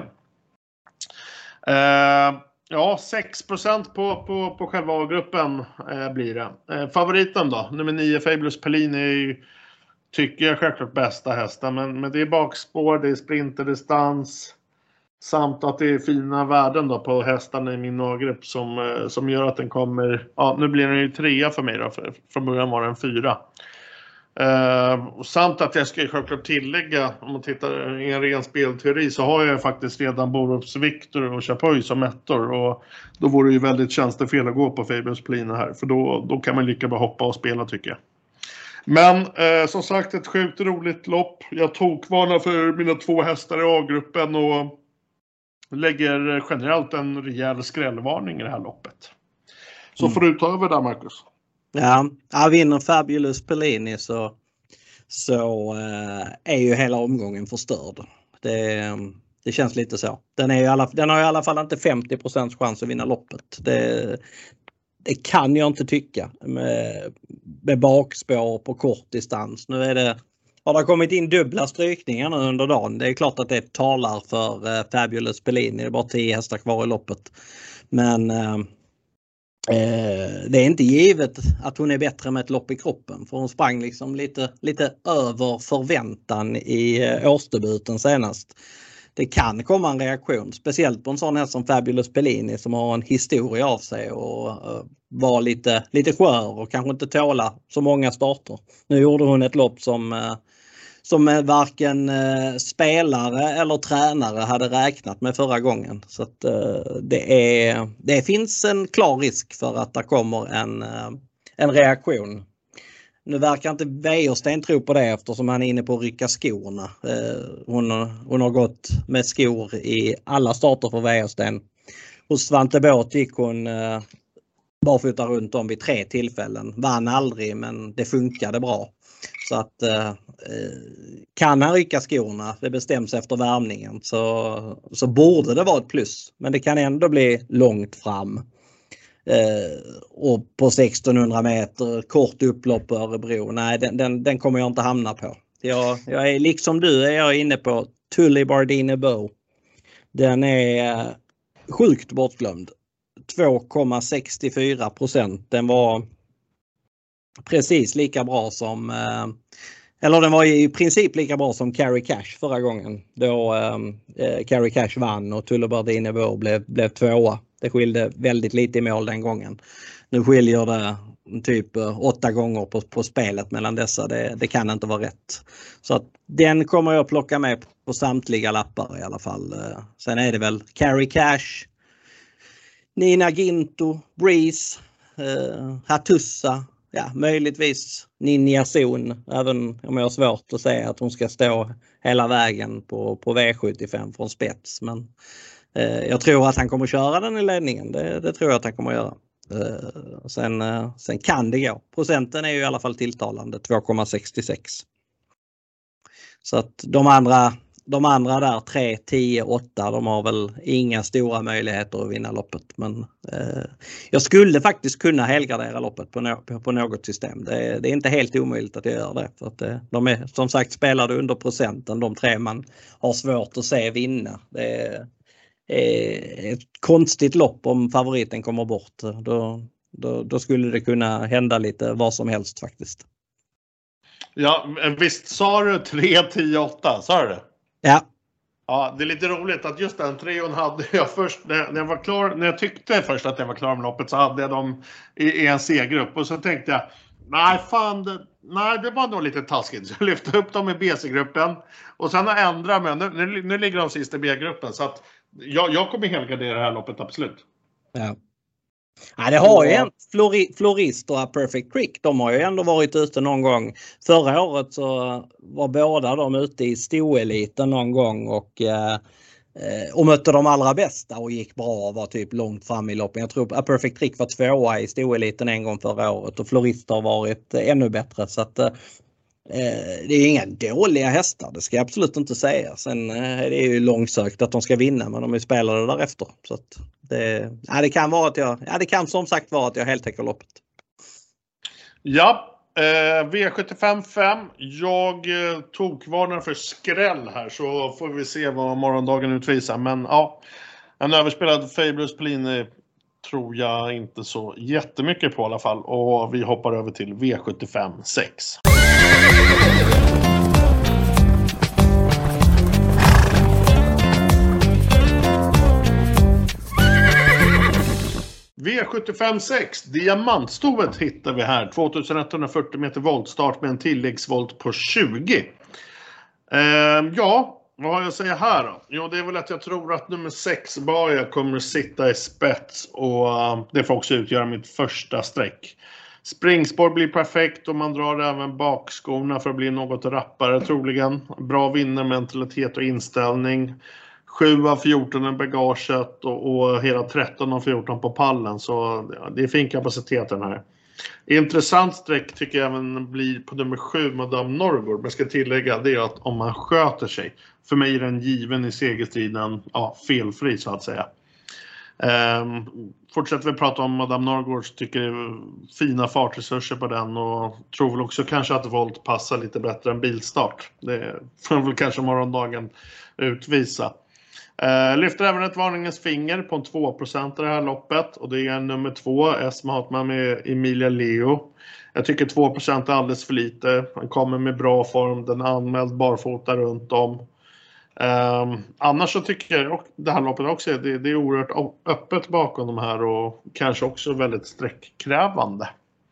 [SPEAKER 1] Ja, sex procent på, på, på själva A-gruppen blir det. Favoriten då, nummer nio, Fabulous Pellini, är ju, tycker jag självklart bästa hästen, men, men det är bakspår, det är sprinterdistans samt att det är fina värden då på hästarna i min A-grupp som, som gör att den kommer, ja nu blir den ju trea för mig då, för, från början var den fyra. Uh, samt att jag ska självklart tillägga, om man tittar i en ren spelteori, så har jag faktiskt redan Borups Victor och Chapuis som ettor, och då vore det ju väldigt tjänstefel att gå på Fabulous Pellini här, för då, då kan man lika bara hoppa och spela, tycker jag. Men eh, som sagt, ett sjukt roligt lopp. Jag tog kvarna för mina två hästar i A-gruppen och lägger generellt en rejäl skrällvarning i det här loppet. Så mm. får du ta över där, Marcus.
[SPEAKER 2] Ja, jag vinner Fabulous Pellini så, så äh, är ju hela omgången förstörd. Det, det känns lite så. Den, är ju alla, den har i alla fall inte femtio procent chans att vinna loppet. Det, det kan jag inte tycka med, med bakspår på kort distans. Nu är det, har det kommit in dubbla strykningar nu under dagen. Det är klart att det talar för äh, Fabulous Pellini. Det är bara tio hästar kvar i loppet. Men äh, det är inte givet att hon är bättre med ett lopp i kroppen, för hon sprang liksom lite, lite över förväntan i årsdebuten senast. Det kan komma en reaktion, speciellt på en sån här som Fabulous Pellini som har en historia av sig och var lite, lite skör och kanske inte tåla så många starter. Nu gjorde hon ett lopp som som varken eh, spelare eller tränare hade räknat med förra gången. Så att, eh, det, är, det finns en klar risk för att det kommer en, eh, en reaktion. Nu verkar inte Wäjersten tro på det eftersom han är inne på att rycka skorna. Eh, hon, hon har gått med skor i alla starter för Wäjersten. Hos Svante Båth gick hon eh, barfota runt om vid tre tillfällen. Vann aldrig, men det funkade bra. Så att eh, kan han rycka skorna, det bestäms efter värmningen, så, så borde det vara ett plus. Men det kan ändå bli långt fram. Eh, och på sextonhundra meter, kort upplopp på Örebro. Nej, den, den, den kommer jag inte hamna på. Jag, jag är liksom du, är jag inne på Tullibardin Bow. Den är sjukt bortglömd. två komma sextiofyra procent. Den var precis lika bra som, eller den var i princip lika bra som Carrie Cash förra gången. Då eh, Carrie Cash vann och Tullibardin Bow blev, blev tvåa. Det skilde väldigt lite i mål den gången. Nu skiljer det typ åtta gånger på, på spelet mellan dessa. Det, det kan inte vara rätt. Så att den kommer jag plocka med på samtliga lappar i alla fall. Sen är det väl Carrie Cash, Nina Ginto, Breeze, eh, Hattusa. Ja, möjligtvis Ninja Zone, även om jag har svårt att säga att hon ska stå hela vägen på, på V sjuttiofem från spets. Men eh, jag tror att han kommer köra den i ledningen, det, det tror jag att han kommer göra. Eh, sen, eh, sen kan det gå. Procenten är ju i alla fall tilltalande, två komma sextiosex. Så att de andra, de andra där, tre, tio, åtta, de har väl inga stora möjligheter att vinna loppet. Men eh, jag skulle faktiskt kunna helgardera loppet på, no- på något system. Det är, det är inte helt omöjligt att jag gör det. För att det, de är som sagt spelade under procenten, de tre man har svårt att se vinna. Det är, är ett konstigt lopp om favoriten kommer bort. Då, då, då skulle det kunna hända lite vad som helst faktiskt.
[SPEAKER 1] Ja, visst sa du tre, tio, åtta, sa du det?
[SPEAKER 2] Ja.
[SPEAKER 1] Ja, det är lite roligt att just den treon hade jag först, när jag var klar, när jag tyckte först att jag var klar med loppet så hade jag dem i, i en C-grupp och så tänkte jag, nej, fan. Det, nej, det var nog lite taskigt. Så jag lyfte upp dem i B C-gruppen. Och sen har ändrat mig. Nu, nu, nu ligger de sist i B-gruppen. Så att jag, jag kommer helgardera det här loppet, absolut.
[SPEAKER 2] Ja. Ja, det har ju en Flori, Florist och Perfect Crick. De har ju ändå varit ute någon gång. Förra året så var båda de ute i stoeliten någon gång och, eh, och mötte de allra bästa och gick bra och var typ långt fram i loppen. Jag tror att Perfect Crick var tvåa i stoeliten en gång förra året och Florist har varit ännu bättre. Så att, eh, det är inga dåliga hästar, det ska jag absolut inte säga. Sen eh, det är ju långsökt att de ska vinna, men de är spelade därefter. Så att det, ja, det kan vara att jag, ja, det kan som sagt vara att jag helt täcker loppet.
[SPEAKER 1] Ja, eh, V sjuttiofem fem. Jag eh, tog varnar för skräll här, så får vi se vad morgondagen utvisar. Men ja, en överspelad Fabulous Pellini tror jag inte så jättemycket på i alla fall. Och vi hoppar över till V sjuttiofem sex. V sjuttiofem sex, diamantstovet hittar vi här. tjugoetthundrafyrtio meter voltstart med en tilläggsvolt på tjugo. Eh, ja, vad har jag att säga här då? Jo, det är väl att jag tror att nummer sex Baja kommer att sitta i spets. Och uh, det får också utgöra mitt första streck. Springspår blir perfekt och man drar även bakskorna för att bli något rappare troligen. Bra vinnarmentalitet och inställning. sju av fjorton i bagaget och, och hela tretton av fjorton på pallen. Så ja, det är fin kapacitet den här. Intressant streck tycker jag även blir på nummer sju Madame Norrgård. Men jag ska tillägga det att om man sköter sig. För mig är den given i segerstriden, ja, felfri så att säga. Um, fortsätter vi prata om Madame Norrgård, så tycker det är fina fartresurser på den och tror väl också kanske att volt passar lite bättre än bilstart. Det får väl kanske morgondagen utvisa. Uh, lyfter även ett varningens finger på en två procent i det här loppet och det är nummer två Esma Hartman med Emilia Leo. Jag tycker två procent är alldeles för lite. Han kommer med bra form, den är anmäld barfota runt om. Um, annars så tycker jag det här loppet också det, det är oerhört öppet bakom de här och kanske också väldigt sträckkrävande.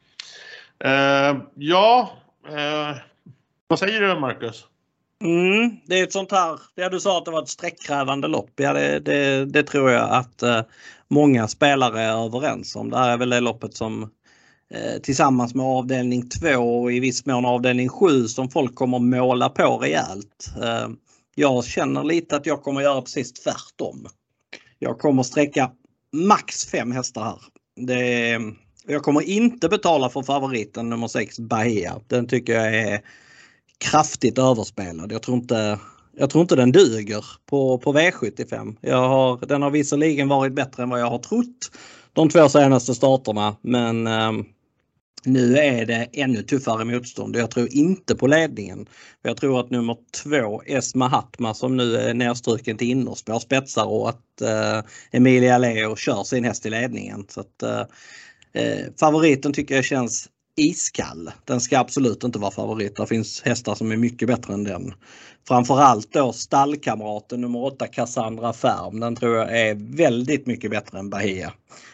[SPEAKER 1] Uh, ja, uh, vad säger du Marcus?
[SPEAKER 2] Mm, det är ett sånt här, det du sa att det var ett sträckkrävande lopp. Ja, det, det, det tror jag att uh, många spelare är överens om. Det här är väl det loppet som uh, tillsammans med avdelning två och i viss mån avdelning sju som folk kommer måla på rejält. Uh, Jag känner lite att jag kommer göra precis tvärtom. Jag kommer sträcka max fem hästar här. Det, jag kommer inte betala för favoriten nummer sex Bahia. Den tycker jag är kraftigt överspelad. Jag tror inte, jag tror inte den duger på, på V sjuttiofem. Jag har, den har visserligen varit bättre än vad jag har trott de två senaste starterna. Men um, nu är det ännu tuffare motstånd. Jag tror inte på ledningen. Jag tror att nummer två Esma Hatma som nu är nedstruken till innerspår spetsar och att eh, Emilia Leo kör sin häst i ledningen. Så att, eh, favoriten tycker jag känns iskall. Den ska absolut inte vara favorit. Det finns hästar som är mycket bättre än den. Framförallt då stallkamraten nummer åtta Cassandra Färm. Den tror jag är väldigt mycket bättre än Bahia.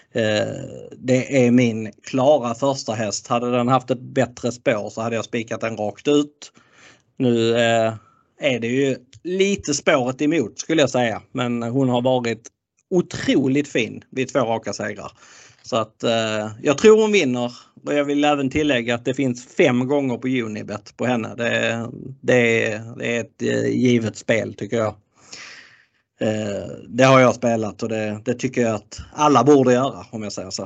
[SPEAKER 2] Det är min klara första häst. Hade den haft ett bättre spår så hade jag spikat den rakt ut. Nu är det ju lite spåret emot skulle jag säga. Men hon har varit otroligt fin vid två raka segrar. Så att jag tror hon vinner. Och jag vill även tillägga att det finns fem gånger på Unibet på henne. Det, det, det är ett givet spel tycker jag. Eh, det har jag spelat och det, det tycker jag att alla borde göra om jag säger så.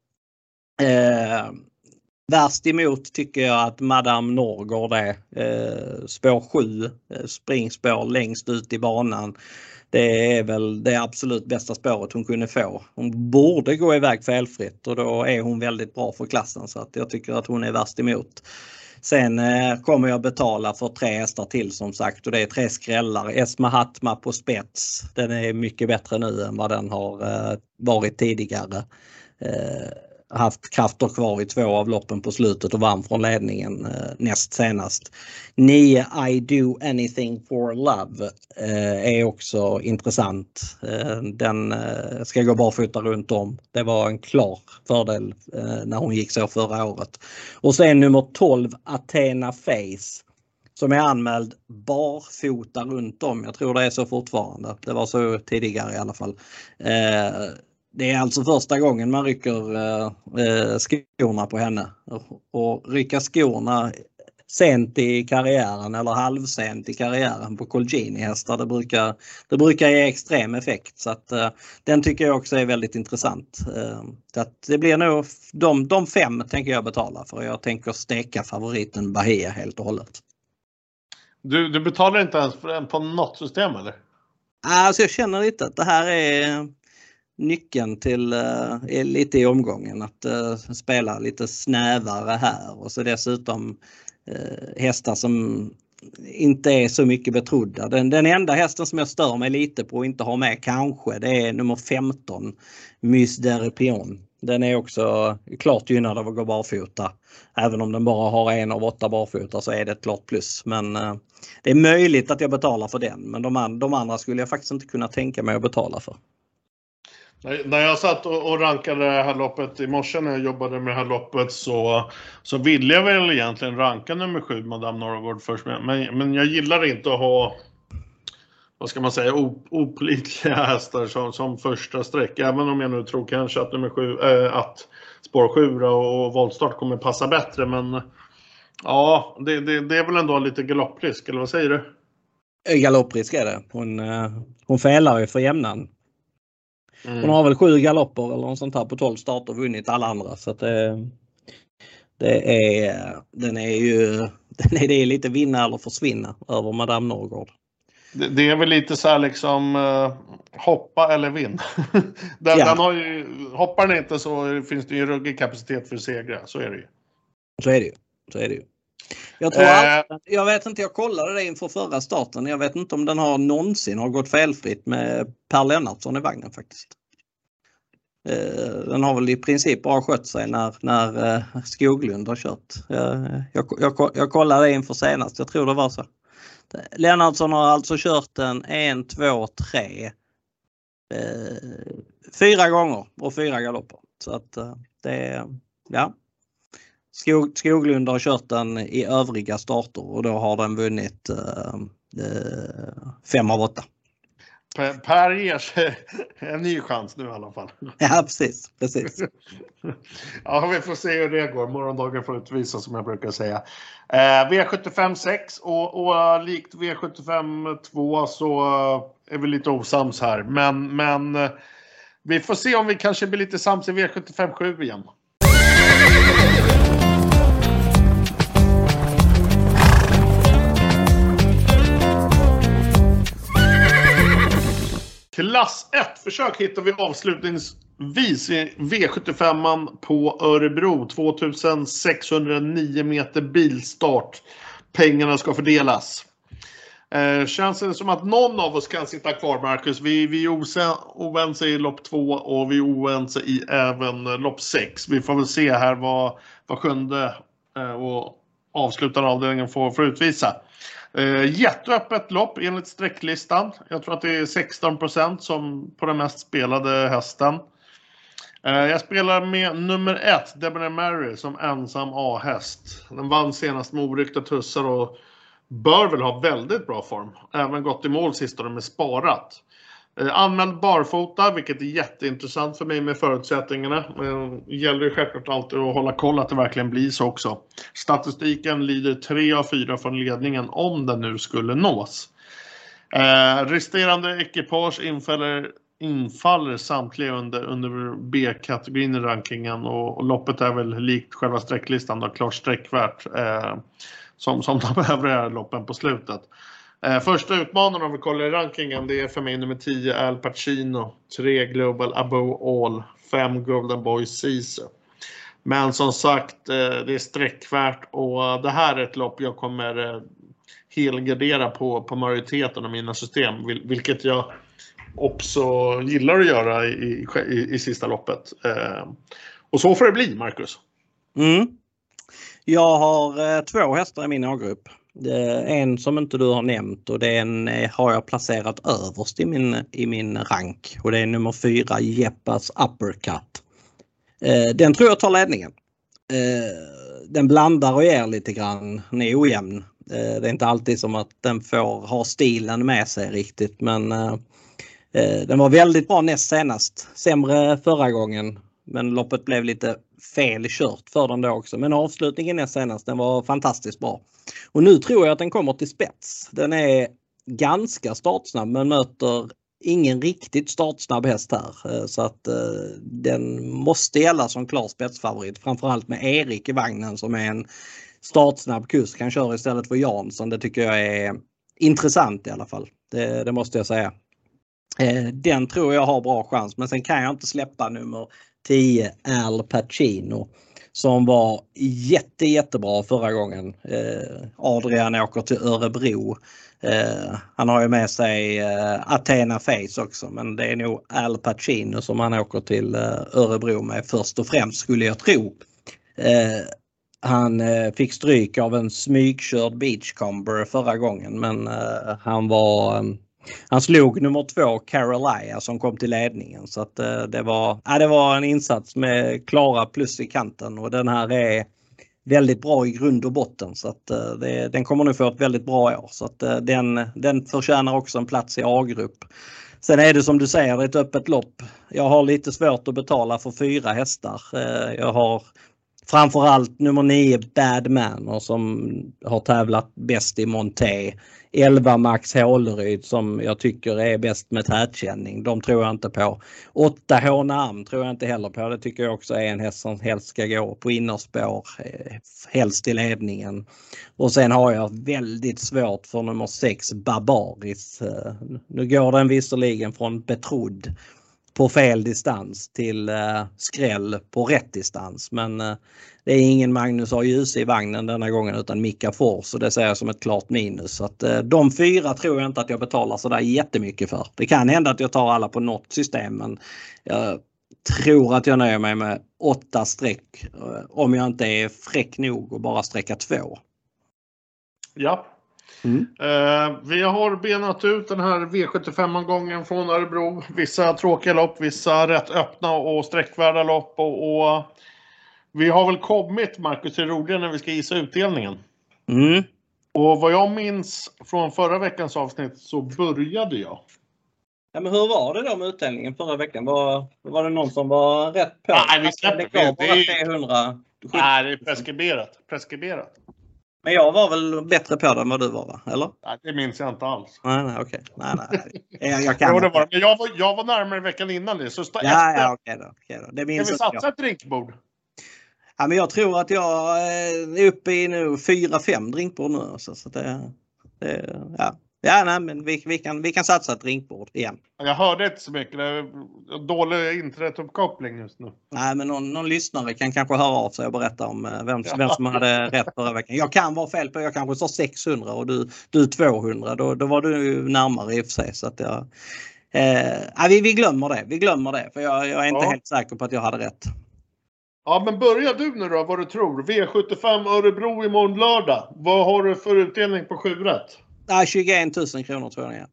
[SPEAKER 2] Eh, värst emot tycker jag att Madame Norrgård är. Eh, spår sju, eh, springspår längst ut i banan. Det är väl det absolut bästa spåret hon kunde få. Hon borde gå iväg felfritt och då är hon väldigt bra för klassen så att jag tycker att hon är värst emot. Sen eh, kommer jag betala för tre hästar till som sagt och det är tre skrällar. Esma Hatma på spets. Den är mycket bättre nu än vad den har eh, varit tidigare. Eh, haft krafter kvar i två av loppen på slutet och vann från ledningen eh, näst senast. nio I Do Anything for Love eh, är också intressant. Eh, den eh, ska gå barfota runt om. Det var en klar fördel eh, när hon gick så förra året. Och sen nummer tolv Athena Face som är anmäld barfota runt om. Jag tror det är så fortfarande. Det var så tidigare i alla fall. Eh, Det är alltså första gången man rycker eh, skorna på henne. Och rycka skorna sent i karriären eller halvsent i karriären på Colgjini-hästar, det brukar, det brukar ge extrem effekt. Så att, eh, den tycker jag också är väldigt intressant. Eh, så att det blir nog de, de fem tänker jag betala för. Jag tänker steka favoriten Bahia helt och hållet.
[SPEAKER 1] Du, du betalar inte ens för en på något system eller?
[SPEAKER 2] Alltså jag känner lite att det här är nyckeln till uh, är lite i omgången att uh, spela lite snävare här och så dessutom uh, hästar som inte är så mycket betrodda. Den, den enda hästen som jag stör mig lite på att inte ha med kanske det är nummer femton Mys Deripion. Den är också klart gynnad av att gå barfota. Även om den bara har en av åtta barfota så är det ett klart plus. Men uh, det är möjligt att jag betalar för den. Men de, an- de andra skulle jag faktiskt inte kunna tänka mig att betala för.
[SPEAKER 1] När jag satt och rankade det här loppet i morse när jag jobbade med det här loppet så, så ville jag väl egentligen ranka nummer sju Madame Norrgård först. Men, men jag gillar inte att ha, vad ska man säga, opålitliga hästar som, som första streck. Även om jag nu tror kanske att nummer sju, äh, att spår sju och voltstart kommer passa bättre. Men ja, det, det, det är väl ändå lite galopprisk, eller vad säger du?
[SPEAKER 2] Galopprisk är det. Hon, hon fälar ju för jämnan. Mm. Hon har väl sju galopper eller något sånt här på tolv starter och vunnit alla andra. Så att det, det är, den är ju den är, det är lite vinna eller försvinna över Madame Norrgård.
[SPEAKER 1] Det, det är väl lite så här liksom uh, hoppa eller vinn. den,
[SPEAKER 2] ja.
[SPEAKER 1] den har ju, hoppar den inte så finns det ju ruggig kapacitet för segra. Så är det ju.
[SPEAKER 2] Så är det ju. Så är det ju. Jag tror äh, att, jag vet inte, jag kollade det inför förra starten. Jag vet inte om den har någonsin har gått felfritt med Per Lennartsson i vagnen faktiskt. Den har väl i princip bara skött sig när, när Skoglund har kört. Jag, jag, jag, jag kollade det inför senast, jag tror det var så. Lennartsson har alltså kört en en, två, tre eh, fyra gånger och fyra galopper. Så att det är, ja. Skog, Skoglund har kört den i övriga starter och då har den vunnit eh, eh, fem av åtta.
[SPEAKER 1] Per, per ger sig en ny chans nu i alla fall.
[SPEAKER 2] Ja, precis. precis.
[SPEAKER 1] Ja, vi får se hur det går. Morgondagen får utvisa som jag brukar säga. Eh, V sjuttiofem sex och, och likt V sjuttiofem två så är vi lite osams här. Men, men eh, vi får se om vi kanske blir lite sams i V sjuttiofem sju igen. Klass ett försök hittar vi avslutningsvis i V sjuttiofem på Örebro. tvåtusensexhundranio meter bilstart. Pengarna ska fördelas. Eh, känns det som att någon av oss kan sitta kvar, Marcus? Vi, vi är oense i lopp två och vi är oense i även lopp sex. Vi får väl se här vad, vad sjunde eh, och avslutande avdelningen får, får utvisa. Uh, jätteöppet lopp enligt sträcklistan. Jag tror att det är sexton procent som på den mest spelade hästen. Uh, jag spelar med nummer ett, Debonair Mary, som ensam A-häst. Den vann senast med oryckta tussar och bör väl ha väldigt bra form. Även gått i mål sist och de är sparat. Uh, anmäld barfota, vilket är jätteintressant för mig med förutsättningarna. Uh, gäller ju självklart alltid att hålla koll att det verkligen blir så också. Statistiken lider tre av fyra från ledningen om den nu skulle nås. Uh, resterande ekipage infaller, infaller samtliga under, under B-kategorin i rankingen. Och, och loppet är väl likt själva sträcklistan då, klart sträckvärt. Uh, som, som de övriga loppen på slutet. Eh, första utmanaren om vi kollar i rankingen, det är för mig nummer tio Al Pacino, tre Global Above All, fem Golden Boy Caesar. Men som sagt, eh, det är sträckvärt och det här är ett lopp jag kommer eh, helgardera på, på majoriteten av mina system, vil, vilket jag också gillar att göra i, i, i sista loppet. Eh, Och så får det bli, Marcus.
[SPEAKER 2] Mm. Jag har eh, två hästar i min A-grupp. En som inte du har nämnt och den har jag placerat överst i min, i min rank. Och det är nummer fyra, Jeppas Uppercut. Eh, den tror jag tar ledningen. Eh, den blandar och ger lite grann. Den är ojämn. Eh, det är inte alltid som att den får ha stilen med sig riktigt. Men eh, den var väldigt bra näst senast. Sämre förra gången. Men loppet blev lite fel kört för den då också. Men avslutningen näst senast, den var fantastiskt bra. Och nu tror jag att den kommer till spets. Den är ganska startsnabb men möter ingen riktigt startsnabb häst här. Så att uh, den måste gälla som klar spetsfavorit. Framförallt med Erik i vagnen som är en startsnabb kusk. Han kör istället för Jansson. Det tycker jag är intressant i alla fall. Det, det måste jag säga. Uh, den tror jag har bra chans. Men sen kan jag inte släppa nummer tio Al Pacino. Som var jätte jättebra förra gången. Eh, Adrian åker till Örebro. Eh, han har ju med sig eh, Athena Face också. Men det är nog Al Pacino som han åker till eh, Örebro med först och främst skulle jag tro. Eh, han eh, fick stryk av en smygkörd Beachcomber förra gången. Men eh, han var... Eh, Han slog nummer två Carolia som kom till ledningen så att eh, det var ja, det var en insats med klara plus i kanten och den här är väldigt bra i grund och botten så att eh, det, den kommer nu få ett väldigt bra år så att eh, den, den förtjänar också en plats i A-grupp. Sen är det som du säger ett öppet lopp. Jag har lite svårt att betala för fyra hästar. Eh, jag har framförallt nummer nio Bad Man som har tävlat bäst i Monté. elva Max Håleryd som jag tycker är bäst med tätkänning. De tror jag inte på. åtta Hånarm tror jag inte heller på. Det tycker jag också är en häst som helst ska gå på innerspår. Helst i ledningen. Och sen har jag väldigt svårt för nummer sex Barbaris. Nu går den visserligen från betrodd på fel distans till uh, skräll på rätt distans. Men uh, det är ingen Magnus A. Djuse i vagnen denna gången utan Mika Fors och det ser jag som ett klart minus. Så att, uh, de fyra tror jag inte att jag betalar så där jättemycket för. Det kan hända att jag tar alla på något system men jag tror att jag nöjer mig med åtta streck uh, om jag inte är fräck nog och bara sträcka två.
[SPEAKER 1] Ja.
[SPEAKER 2] Mm.
[SPEAKER 1] Uh, vi har benat ut den här V sjuttiofem-gången från Örebro. Vissa tråkiga lopp, vissa rätt öppna och sträckvärda lopp. Och, och vi har väl kommit, Marcus, till roliga när vi ska gissa utdelningen.
[SPEAKER 2] Mm.
[SPEAKER 1] Och vad jag minns från förra veckans avsnitt så började jag.
[SPEAKER 2] Ja, men hur var det då med utdelningen förra veckan? Var, var det någon som var rätt på?
[SPEAKER 1] Nej, vi släpper
[SPEAKER 2] det. Det, det, är... trehundra.
[SPEAKER 1] Nej, det är preskriberat. preskriberat.
[SPEAKER 2] Men jag var väl bättre på det än vad du var, va? Eller?
[SPEAKER 1] Nej, det minns jag inte alls.
[SPEAKER 2] Nej, nej, okej. Nej, nej. Jag, jag kan
[SPEAKER 1] jo, det var, men jag var, jag var närmare veckan innan det. Så stå
[SPEAKER 2] ja,
[SPEAKER 1] efter.
[SPEAKER 2] Ja, okej då. Okej då. Det minns
[SPEAKER 1] ska vi satsa
[SPEAKER 2] jag.
[SPEAKER 1] ett drinkbord?
[SPEAKER 2] Ja, men jag tror att jag är uppe i nu fyra fem drinkbord nu. Så, så det, det, ja. Ja, nej, men vi, vi, kan, vi kan satsa ett drinkbord igen.
[SPEAKER 1] Jag hörde inte så mycket. Det är dålig internetuppkoppling just nu.
[SPEAKER 2] Nej, men någon, någon lyssnare kan kanske höra av sig och berätta om vem, ja. vem som hade rätt förra veckan. Jag kan vara fel på, jag kanske sa sexhundra och du, du tvåhundra. Då, då var du närmare i och för sig. Så att jag, eh, vi, vi glömmer det. Vi glömmer det. För jag, jag är inte ja. helt säker på att jag hade rätt.
[SPEAKER 1] Ja, men börja du nu då, vad du tror. V sjuttiofem Örebro imorgon lördag. Vad har du för utdelning på sju rätt?
[SPEAKER 2] Nej, tjugoett tusen kronor tror jag. Ja.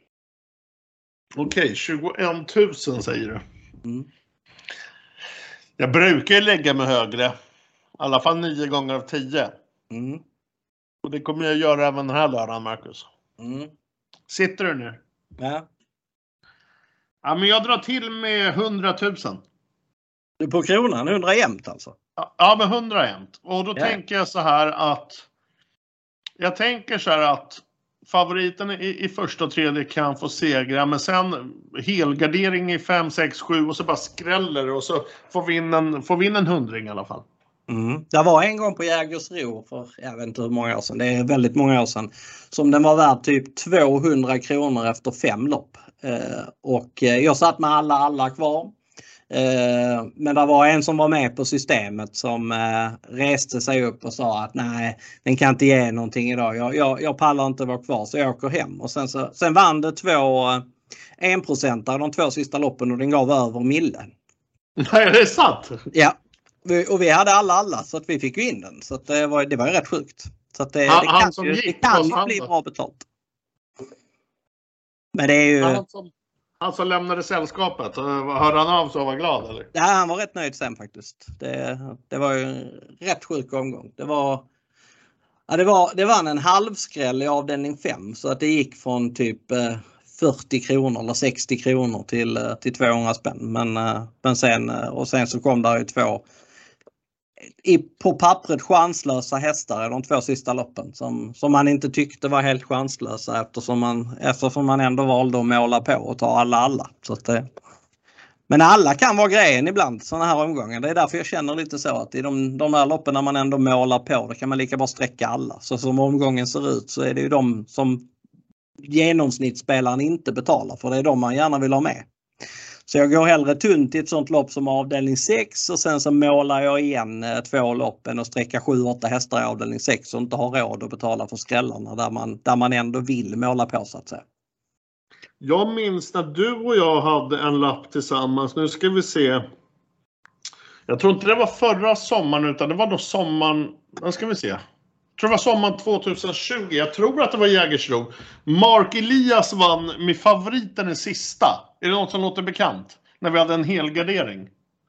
[SPEAKER 1] Okej, tjugoett tusen säger du.
[SPEAKER 2] Mm.
[SPEAKER 1] Jag brukar lägga mig högre. I alla fall nio gånger av tio.
[SPEAKER 2] Mm.
[SPEAKER 1] Och det kommer jag göra även den här lördagen, Marcus.
[SPEAKER 2] Mm.
[SPEAKER 1] Sitter du nu?
[SPEAKER 2] Ja.
[SPEAKER 1] Ja, men jag drar till med hundra tusen.
[SPEAKER 2] Du på kronan, hundra jämnt alltså?
[SPEAKER 1] Ja, men hundra jämnt. Och då
[SPEAKER 2] ja.
[SPEAKER 1] tänker jag så här att... Jag tänker så här att favoriten i, i första och tredje kan få segra. Men sen helgardering i fem, sex, sju och så bara skräller och så får vi in en, får vi in en hundring i alla fall.
[SPEAKER 2] Mm. Det var en gång på Jägersro för jag vet inte hur många år sedan. Det är väldigt många år sedan. Som den var värd typ tvåhundra kronor efter fem lopp. Eh, och jag satt med alla, alla kvar. Eh, men det var en som var med på systemet som eh, reste sig upp och sa att nej, den kan inte ge någonting idag. Jag, jag, jag pallar inte vara kvar så jag åker hem. Och sen, så, sen vann det två en procent av de två sista loppen och den gav över millen.
[SPEAKER 1] Nej, det är sant.
[SPEAKER 2] Ja, Vi, och vi hade alla alla så att vi fick ju in den. Så att det, var, det var ju rätt sjukt. Så att det,
[SPEAKER 1] han,
[SPEAKER 2] det kan,
[SPEAKER 1] han som
[SPEAKER 2] ju,
[SPEAKER 1] gick,
[SPEAKER 2] det kan ju bli
[SPEAKER 1] han
[SPEAKER 2] bra betalt. Men det är ju...
[SPEAKER 1] Han som, han som lämnade sällskapet, hörde han av så och var glad eller?
[SPEAKER 2] Ja, han var rätt nöjd sen faktiskt. Det, det var ju en rätt sjuk omgång. Det var... Ja, det var, det var en halvskräll i avdelning fem så att det gick från typ eh, fyrtio kronor eller sextio kronor till, eh, till tvåhundra spänn. Men, eh, men sen, eh, och sen så kom där ju två i, på pappret chanslösa hästar i de två sista loppen som, som man inte tyckte var helt chanslösa eftersom man, eftersom man ändå valde att måla på och ta alla alla. Så att, eh, men alla kan vara grejen ibland sådana här omgångar. Det är därför jag känner lite så att i de, de här loppen när man ändå målar på då kan man lika bra sträcka alla. Så som omgången ser ut så är det ju de som genomsnittsspelaren inte betalar för det är de man gärna vill ha med. Så jag går hellre tunt i ett sånt lopp som avdelning sex och sen så målar jag igen två loppen och sträcka sju åtta hästar i avdelning sex och inte har råd att betala för skrällarna där man, där man ändå vill måla på så att säga.
[SPEAKER 1] Jag minns när du och jag hade en lapp tillsammans. Nu ska vi se. Jag tror inte det var förra sommaren utan det var då sommaren. Vad ska vi se? Jag tror det var sommaren tjugohundratjugo. Jag tror att det var Jägersro. Mark Elias vann med favoriten i sista. Är det något som låter bekant? När vi hade en helgardering.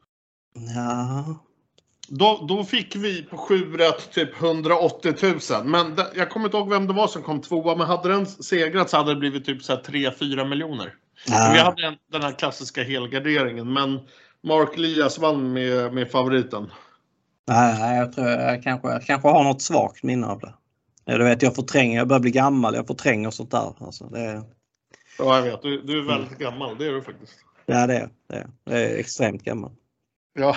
[SPEAKER 2] Ja.
[SPEAKER 1] Då, då fick vi på sju rätt typ hundraåttio tusen. Men det, jag kommer inte ihåg vem det var som kom tvåa. Men hade den segrat så hade det blivit typ så här tre fyra miljoner.
[SPEAKER 2] Ja.
[SPEAKER 1] Vi hade en, den här klassiska helgarderingen. Men Mark Elias vann med, med favoriten.
[SPEAKER 2] Nej, jag tror jag kanske, jag kanske har något svagt minne av det. Ja, du vet, jag förtränger, jag börjar bli gammal, jag förtränger sånt där. Alltså, det...
[SPEAKER 1] Ja, jag vet. Du, du är väldigt gammal, det är du faktiskt.
[SPEAKER 2] Ja, det är det. Är, det är extremt gammal.
[SPEAKER 1] Ja.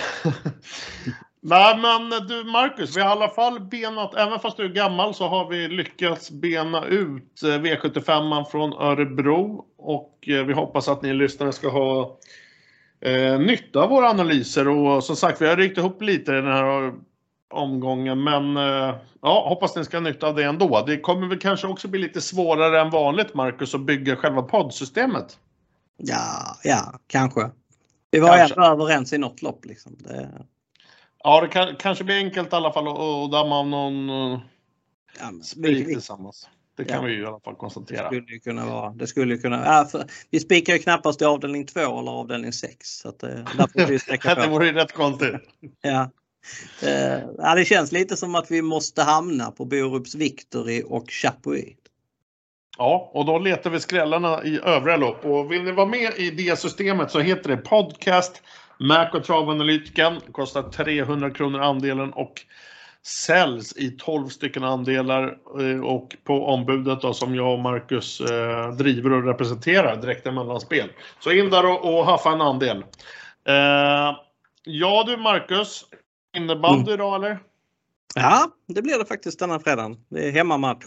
[SPEAKER 1] Nej, men du Marcus, vi har i alla fall benat, även fast du är gammal så har vi lyckats bena ut V sjuttiofem från Örebro. Och vi hoppas att ni lyssnare ska ha eh, nytta av våra analyser. Och som sagt, vi har ryckt ihop lite i den här omgången. Men eh, ja, hoppas ni ska ha nytta av det ändå. Det kommer väl kanske också bli lite svårare än vanligt, Marcus, att bygga själva poddsystemet.
[SPEAKER 2] Ja, ja, kanske. Vi var ändå överens i något lopp liksom. Det...
[SPEAKER 1] Ja, det kan, kanske blir enkelt i alla fall att, att damma av någon
[SPEAKER 2] ja, men,
[SPEAKER 1] spik
[SPEAKER 2] vi,
[SPEAKER 1] tillsammans. Det kan ja. vi ju i alla fall konstatera.
[SPEAKER 2] Det skulle ju kunna vara. Det skulle ju kunna, ja, för, vi spikar ju knappast i avdelning två eller avdelning sex. Så att, där får vi sträcka på.
[SPEAKER 1] Det vore ju rätt konstigt.
[SPEAKER 2] Ja. Uh, ja, det känns lite som att vi måste hamna på Borups Victory och Chapuis.
[SPEAKER 1] Ja, och då letar vi skrällarna i övriga lopp. Och vill ni vara med i det systemet så heter det Podcast Mac och Travanalytiken. Kostar trehundra kronor andelen och säljs i tolv stycken andelar. Och på ombudet då, som jag och Marcus eh, driver och representerar direkt emellan spel. Så in där och, och haffa en andel. Eh, ja du Marcus, innebandy mm. idag eller?
[SPEAKER 2] Ja, det blir det faktiskt denna fredagen. Det är hemmamatch.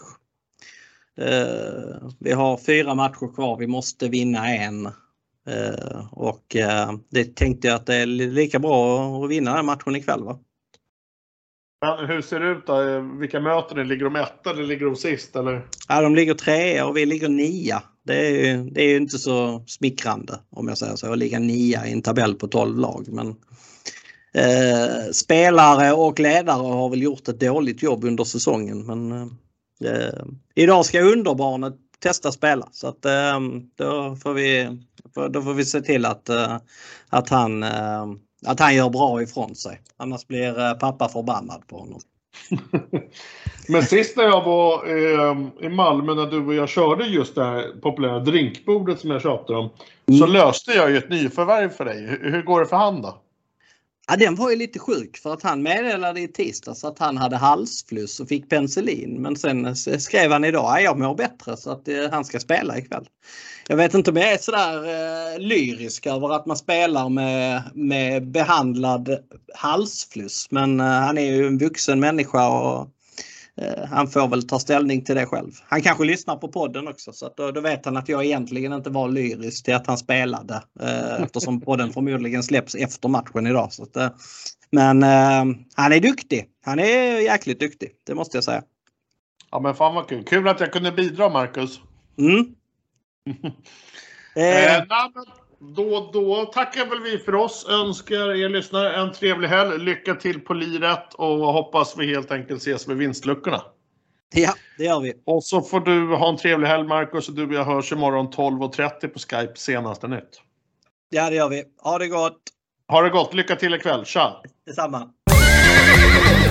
[SPEAKER 2] Uh, vi har fyra matcher kvar. Vi måste vinna en. Uh, och uh, det tänkte jag att det är lika bra att vinna den matchen ikväll, va?
[SPEAKER 1] Men hur ser det ut då? Vilka möter ni? Ligger de etta eller ligger de sist? Eller?
[SPEAKER 2] Ja, de ligger trea och vi ligger nia. Det är ju, det är ju inte så smickrande om jag säger så. Att ligga nia i en tabell på tolv lag. Men uh, spelare och ledare har väl gjort ett dåligt jobb under säsongen. Men... Uh, Eh, idag ska underbarnet testa spela så att eh, då får vi då får vi se till att eh, att han eh, att han gör bra ifrån sig. Annars blir eh, pappa förbannad på honom.
[SPEAKER 1] Men sist när jag var eh, i Malmö när du och jag körde just det här populära drinkbordet som jag tjatade om mm. så löste jag ju ett nyförvärv för dig. Hur, hur går det för han då?
[SPEAKER 2] Ja, den var ju lite sjuk för att han meddelade i tisdags att han hade halsfluss och fick penicillin. Men sen skrev han idag att jag mår bättre så att eh, han ska spela ikväll. Jag vet inte om jag är sådär eh, lyrisk över att man spelar med, med behandlad halsfluss. Men eh, han är ju en vuxen människa och eh, han får väl ta ställning till det själv. Han kanske lyssnar på podden också så att då, då vet han att jag egentligen inte var lyrisk till att han spelade. Eh, eftersom podden förmodligen släpps efter matchen idag. Så att, eh, men eh, han är duktig. Han är jäkligt duktig, det måste jag säga.
[SPEAKER 1] Ja men fan vad kul. Kul att jag kunde bidra Marcus.
[SPEAKER 2] Mm.
[SPEAKER 1] eh, nej, men Då, då tackar väl vi för oss. Önskar er lyssnare en trevlig helg. Lycka till på liret och hoppas vi helt enkelt ses med vinstluckorna.
[SPEAKER 2] Ja, det gör vi.
[SPEAKER 1] Och så får du ha en trevlig helg, Marcus, och du och jag hörs imorgon tolv och trettio på Skype, senaste nytt.
[SPEAKER 2] Ja, det gör vi. Ha det gott.
[SPEAKER 1] Ha det gott. Lycka till ikväll. Tja!
[SPEAKER 2] Detsamma.